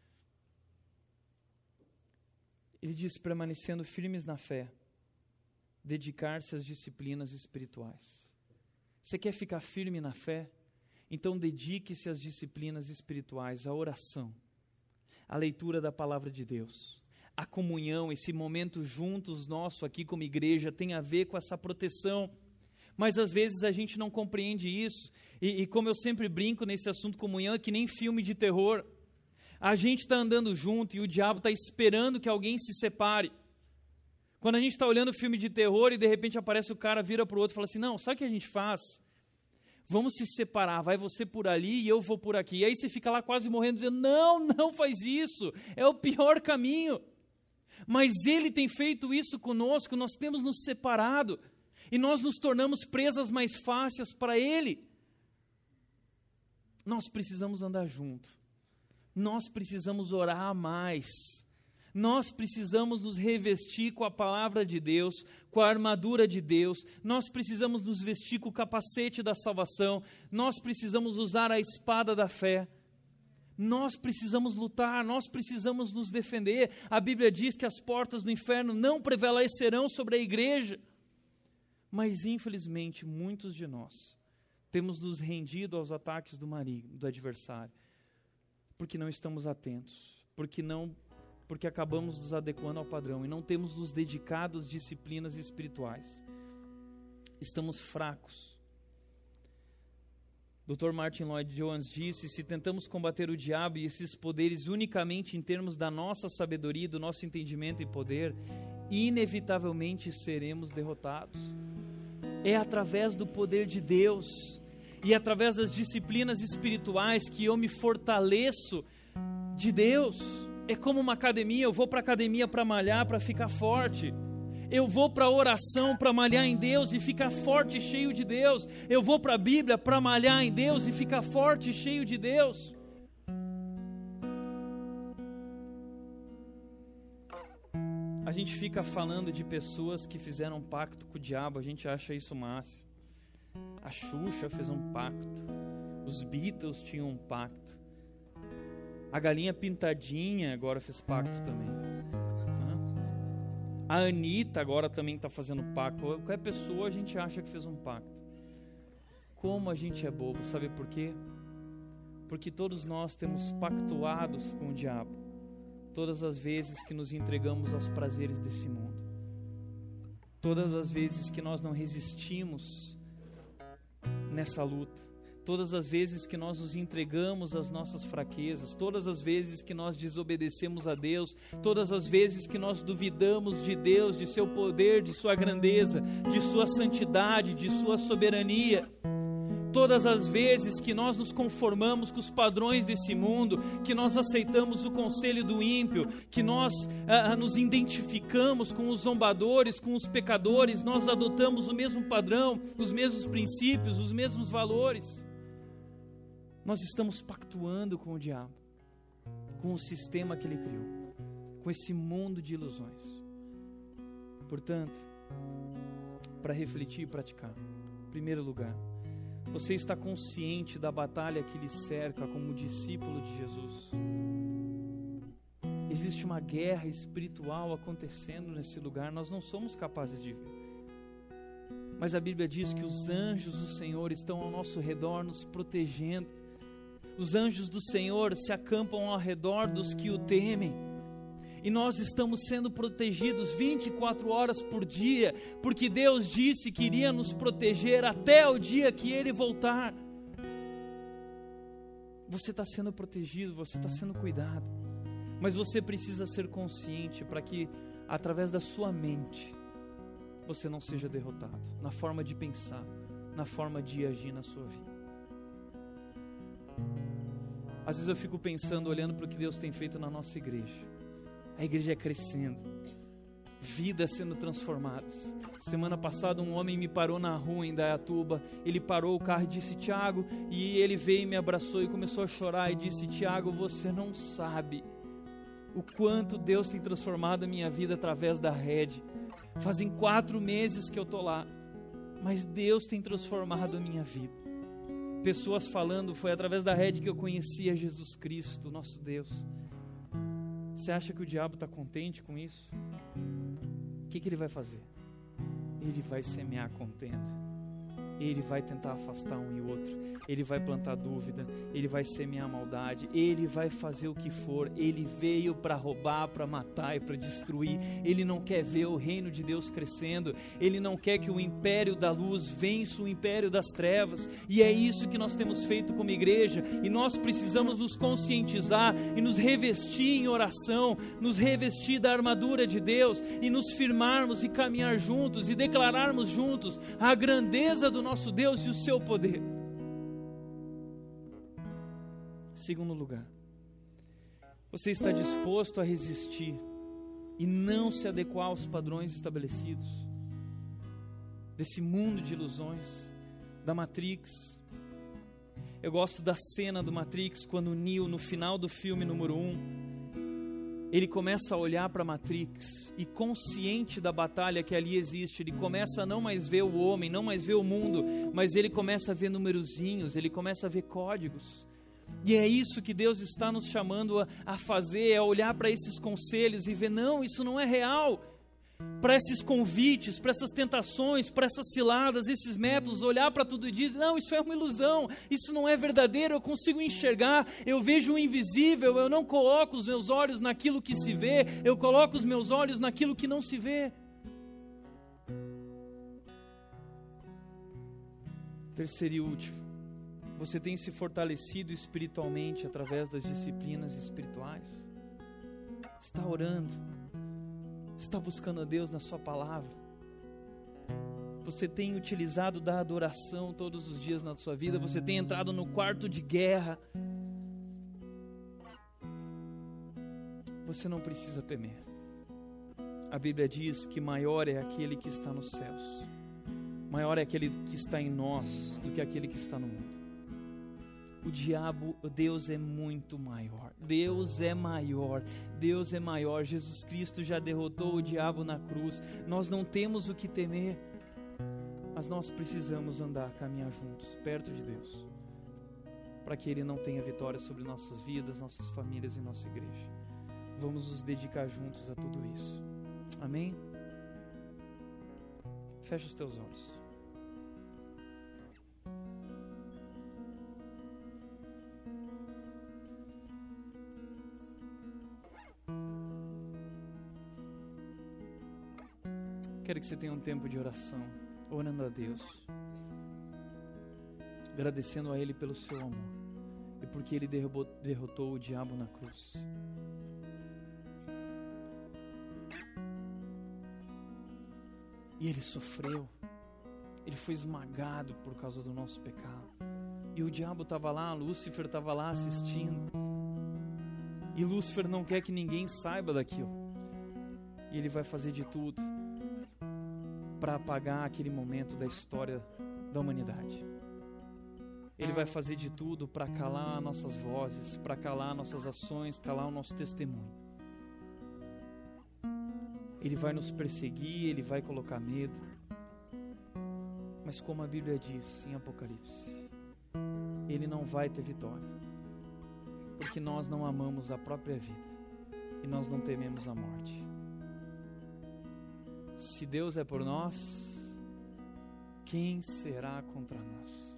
Ele diz: permanecendo firmes na fé, dedicar-se às disciplinas espirituais. Você quer ficar firme na fé? Então dedique-se às disciplinas espirituais, à oração, a leitura da palavra de Deus, a comunhão, esse momento juntos nosso aqui como igreja tem a ver com essa proteção, mas às vezes a gente não compreende isso, e como eu sempre brinco nesse assunto comunhão, é que nem filme de terror. A gente está andando junto e o diabo está esperando que alguém se separe. Quando a gente está olhando filme de terror e de repente aparece o cara, vira para o outro e fala assim: não, sabe o que a gente faz? Vamos se separar, vai você por ali e eu vou por aqui. E aí você fica lá quase morrendo, dizendo, não faz isso, é o pior caminho. Mas Ele tem feito isso conosco, nós temos nos separado. E nós nos tornamos presas mais fáceis para Ele. Nós precisamos andar junto. Nós precisamos orar mais. Nós precisamos nos revestir com a palavra de Deus, com a armadura de Deus. Nós precisamos nos vestir com o capacete da salvação. Nós precisamos usar a espada da fé. Nós precisamos lutar, nós precisamos nos defender. A Bíblia diz que as portas do inferno não prevalecerão sobre a igreja. Mas, infelizmente, muitos de nós temos nos rendido aos ataques do maligno, do adversário, porque não estamos atentos, porque acabamos nos adequando ao padrão e não temos nos dedicado às disciplinas espirituais. Estamos fracos. Dr. Martin Lloyd-Jones disse, se tentamos combater o diabo e esses poderes unicamente em termos da nossa sabedoria, do nosso entendimento e poder, inevitavelmente seremos derrotados. É através do poder de Deus e através das disciplinas espirituais que eu me fortaleço de Deus. É como uma academia, eu vou para a academia para malhar, para ficar forte. Eu vou para a oração para malhar em Deus e ficar forte e cheio de Deus. Eu vou para a Bíblia para malhar em Deus e ficar forte e cheio de Deus. A gente fica falando de pessoas que fizeram um pacto com o diabo, a gente acha isso máximo. A Xuxa fez um pacto, os Beatles tinham um pacto, a galinha pintadinha agora fez pacto também. A Anitta agora também está fazendo pacto. Qualquer pessoa a gente acha que fez um pacto. Como a gente é bobo, sabe por quê? Porque todos nós temos pactuados com o diabo. Todas as vezes que nos entregamos aos prazeres desse mundo. Todas as vezes que nós não resistimos nessa luta. Todas as vezes que nós nos entregamos às nossas fraquezas, todas as vezes que nós desobedecemos a Deus, todas as vezes que nós duvidamos de Deus, de seu poder, de sua grandeza, de sua santidade, de sua soberania, todas as vezes que nós nos conformamos com os padrões desse mundo, que nós aceitamos o conselho do ímpio, que nós nos identificamos com os zombadores, com os pecadores, nós adotamos o mesmo padrão, os mesmos princípios, os mesmos valores. Nós estamos pactuando com o diabo, com o sistema que ele criou, com esse mundo de ilusões. Portanto, para refletir e praticar, em primeiro lugar, você está consciente da batalha que lhe cerca como discípulo de Jesus? Existe uma guerra espiritual acontecendo nesse lugar, nós não somos capazes de ver. Mas a Bíblia diz que os anjos do Senhor estão ao nosso redor nos protegendo. Os anjos do Senhor se acampam ao redor dos que o temem. E nós estamos sendo protegidos 24 horas por dia, porque Deus disse que iria nos proteger até o dia que Ele voltar. Você está sendo protegido, você está sendo cuidado, mas você precisa ser consciente para que, através da sua mente, você não seja derrotado, na forma de pensar, na forma de agir na sua vida. Às vezes eu fico pensando, olhando para o que Deus tem feito na nossa igreja. A igreja é crescendo, vidas sendo transformadas. Semana passada um homem me parou na rua em Indaiatuba. Ele parou o carro e disse, Tiago, e ele veio e me abraçou e começou a chorar e disse, Tiago, você não sabe o quanto Deus tem transformado a minha vida através da rede. Fazem 4 meses que eu estou lá, mas Deus tem transformado a minha vida. Pessoas falando, foi através da rede que eu conhecia Jesus Cristo, nosso Deus. Você acha que o diabo está contente com isso? O que ele vai fazer? Ele vai semear contenda. Ele vai tentar afastar um e outro. Ele vai plantar dúvida. Ele vai semear maldade. Ele vai fazer o que for. Ele veio para roubar, para matar e para destruir. Ele não quer ver o reino de Deus crescendo. Ele não quer que o império da luz vença o império das trevas. E é isso que nós temos feito como igreja. E nós precisamos nos conscientizar e nos revestir em oração, nos revestir da armadura de Deus e nos firmarmos e caminhar juntos e declararmos juntos a grandeza do nosso Deus e o seu poder. Segundo lugar, você está disposto a resistir e não se adequar aos padrões estabelecidos desse mundo de ilusões, da Matrix? Eu gosto da cena do Matrix, quando o Neo, no final do filme número 1, ele começa a olhar para a Matrix e, consciente da batalha que ali existe, ele começa a não mais ver o homem, não mais ver o mundo, mas ele começa a ver numerozinhos, ele começa a ver códigos. E é isso que Deus está nos chamando a fazer, é olhar para esses conselhos e ver, não, isso não é real. Para esses convites, para essas tentações, para essas ciladas, esses métodos, olhar para tudo e dizer, não, isso é uma ilusão, isso não é verdadeiro, eu consigo enxergar, eu vejo o invisível, eu não coloco os meus olhos naquilo que se vê, eu coloco os meus olhos naquilo que não se vê. Terceiro e último, você tem se fortalecido espiritualmente através das disciplinas espirituais? Está orando? Está buscando a Deus na sua palavra? Você tem utilizado da adoração todos os dias na sua vida? Você tem entrado no quarto de guerra? Você não precisa temer. A Bíblia diz que maior é aquele que está nos céus, maior é aquele que está em nós do que aquele que está no mundo. O diabo, Deus é muito maior. Deus é maior. Deus é maior. Jesus Cristo já derrotou o diabo na cruz. Nós não temos o que temer, mas nós precisamos andar, caminhar juntos, perto de Deus, para que Ele não tenha vitória sobre nossas vidas, nossas famílias e nossa igreja. Vamos nos dedicar juntos a tudo isso. Amém? Fecha os teus olhos. Quero que você tenha um tempo de oração, orando a Deus, agradecendo a Ele pelo seu amor e porque Ele derrotou o diabo na cruz. E Ele sofreu, Ele foi esmagado por causa do nosso pecado. E o diabo estava lá, Lúcifer estava lá assistindo. E Lúcifer não quer que ninguém saiba daquilo. E ele vai fazer de tudo para apagar aquele momento da história da humanidade. Ele vai fazer de tudo para calar nossas vozes, para calar nossas ações, calar o nosso testemunho. Ele vai nos perseguir, ele vai colocar medo. Mas como a Bíblia diz em Apocalipse, ele não vai ter vitória, porque nós não amamos a própria vida e nós não tememos a morte. Se Deus é por nós, quem será contra nós?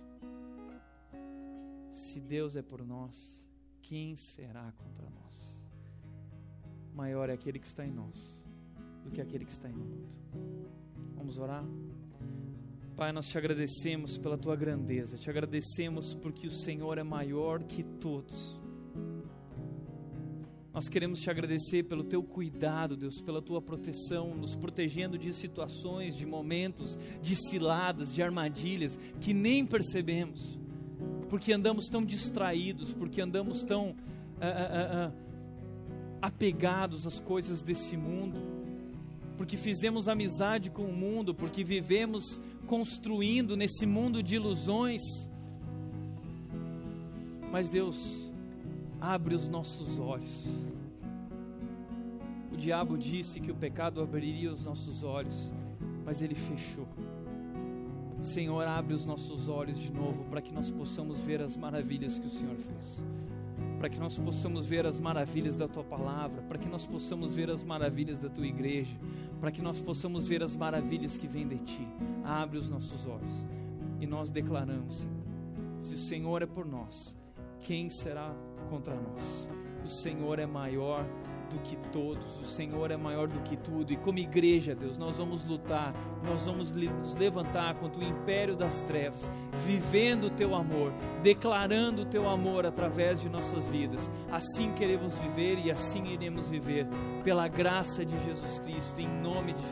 Se Deus é por nós, quem será contra nós? Maior é aquele que está em nós do que aquele que está no mundo. Vamos orar? Pai, nós te agradecemos pela tua grandeza, te agradecemos porque o Senhor é maior que todos. Nós queremos te agradecer pelo teu cuidado, Deus, pela tua proteção, nos protegendo de situações, de momentos, de ciladas, de armadilhas que nem percebemos, porque andamos tão distraídos, porque andamos tão apegados às coisas desse mundo, porque fizemos amizade com o mundo, porque vivemos construindo nesse mundo de ilusões. Mas Deus, abre os nossos olhos. O diabo disse que o pecado abriria os nossos olhos, mas ele fechou. Senhor, abre os nossos olhos de novo para que nós possamos ver as maravilhas que o Senhor fez, para que nós possamos ver as maravilhas da tua palavra, para que nós possamos ver as maravilhas da tua igreja, para que nós possamos ver as maravilhas que vêm de ti. Abre os nossos olhos e nós declaramos, Senhor, se o Senhor é por nós, quem será contra nós? O Senhor é maior do que todos, o Senhor é maior do que tudo, e como igreja, Deus, nós vamos lutar, nós vamos nos levantar contra o império das trevas, vivendo o teu amor, declarando o teu amor através de nossas vidas. Assim queremos viver e assim iremos viver, pela graça de Jesus Cristo, em nome de Jesus.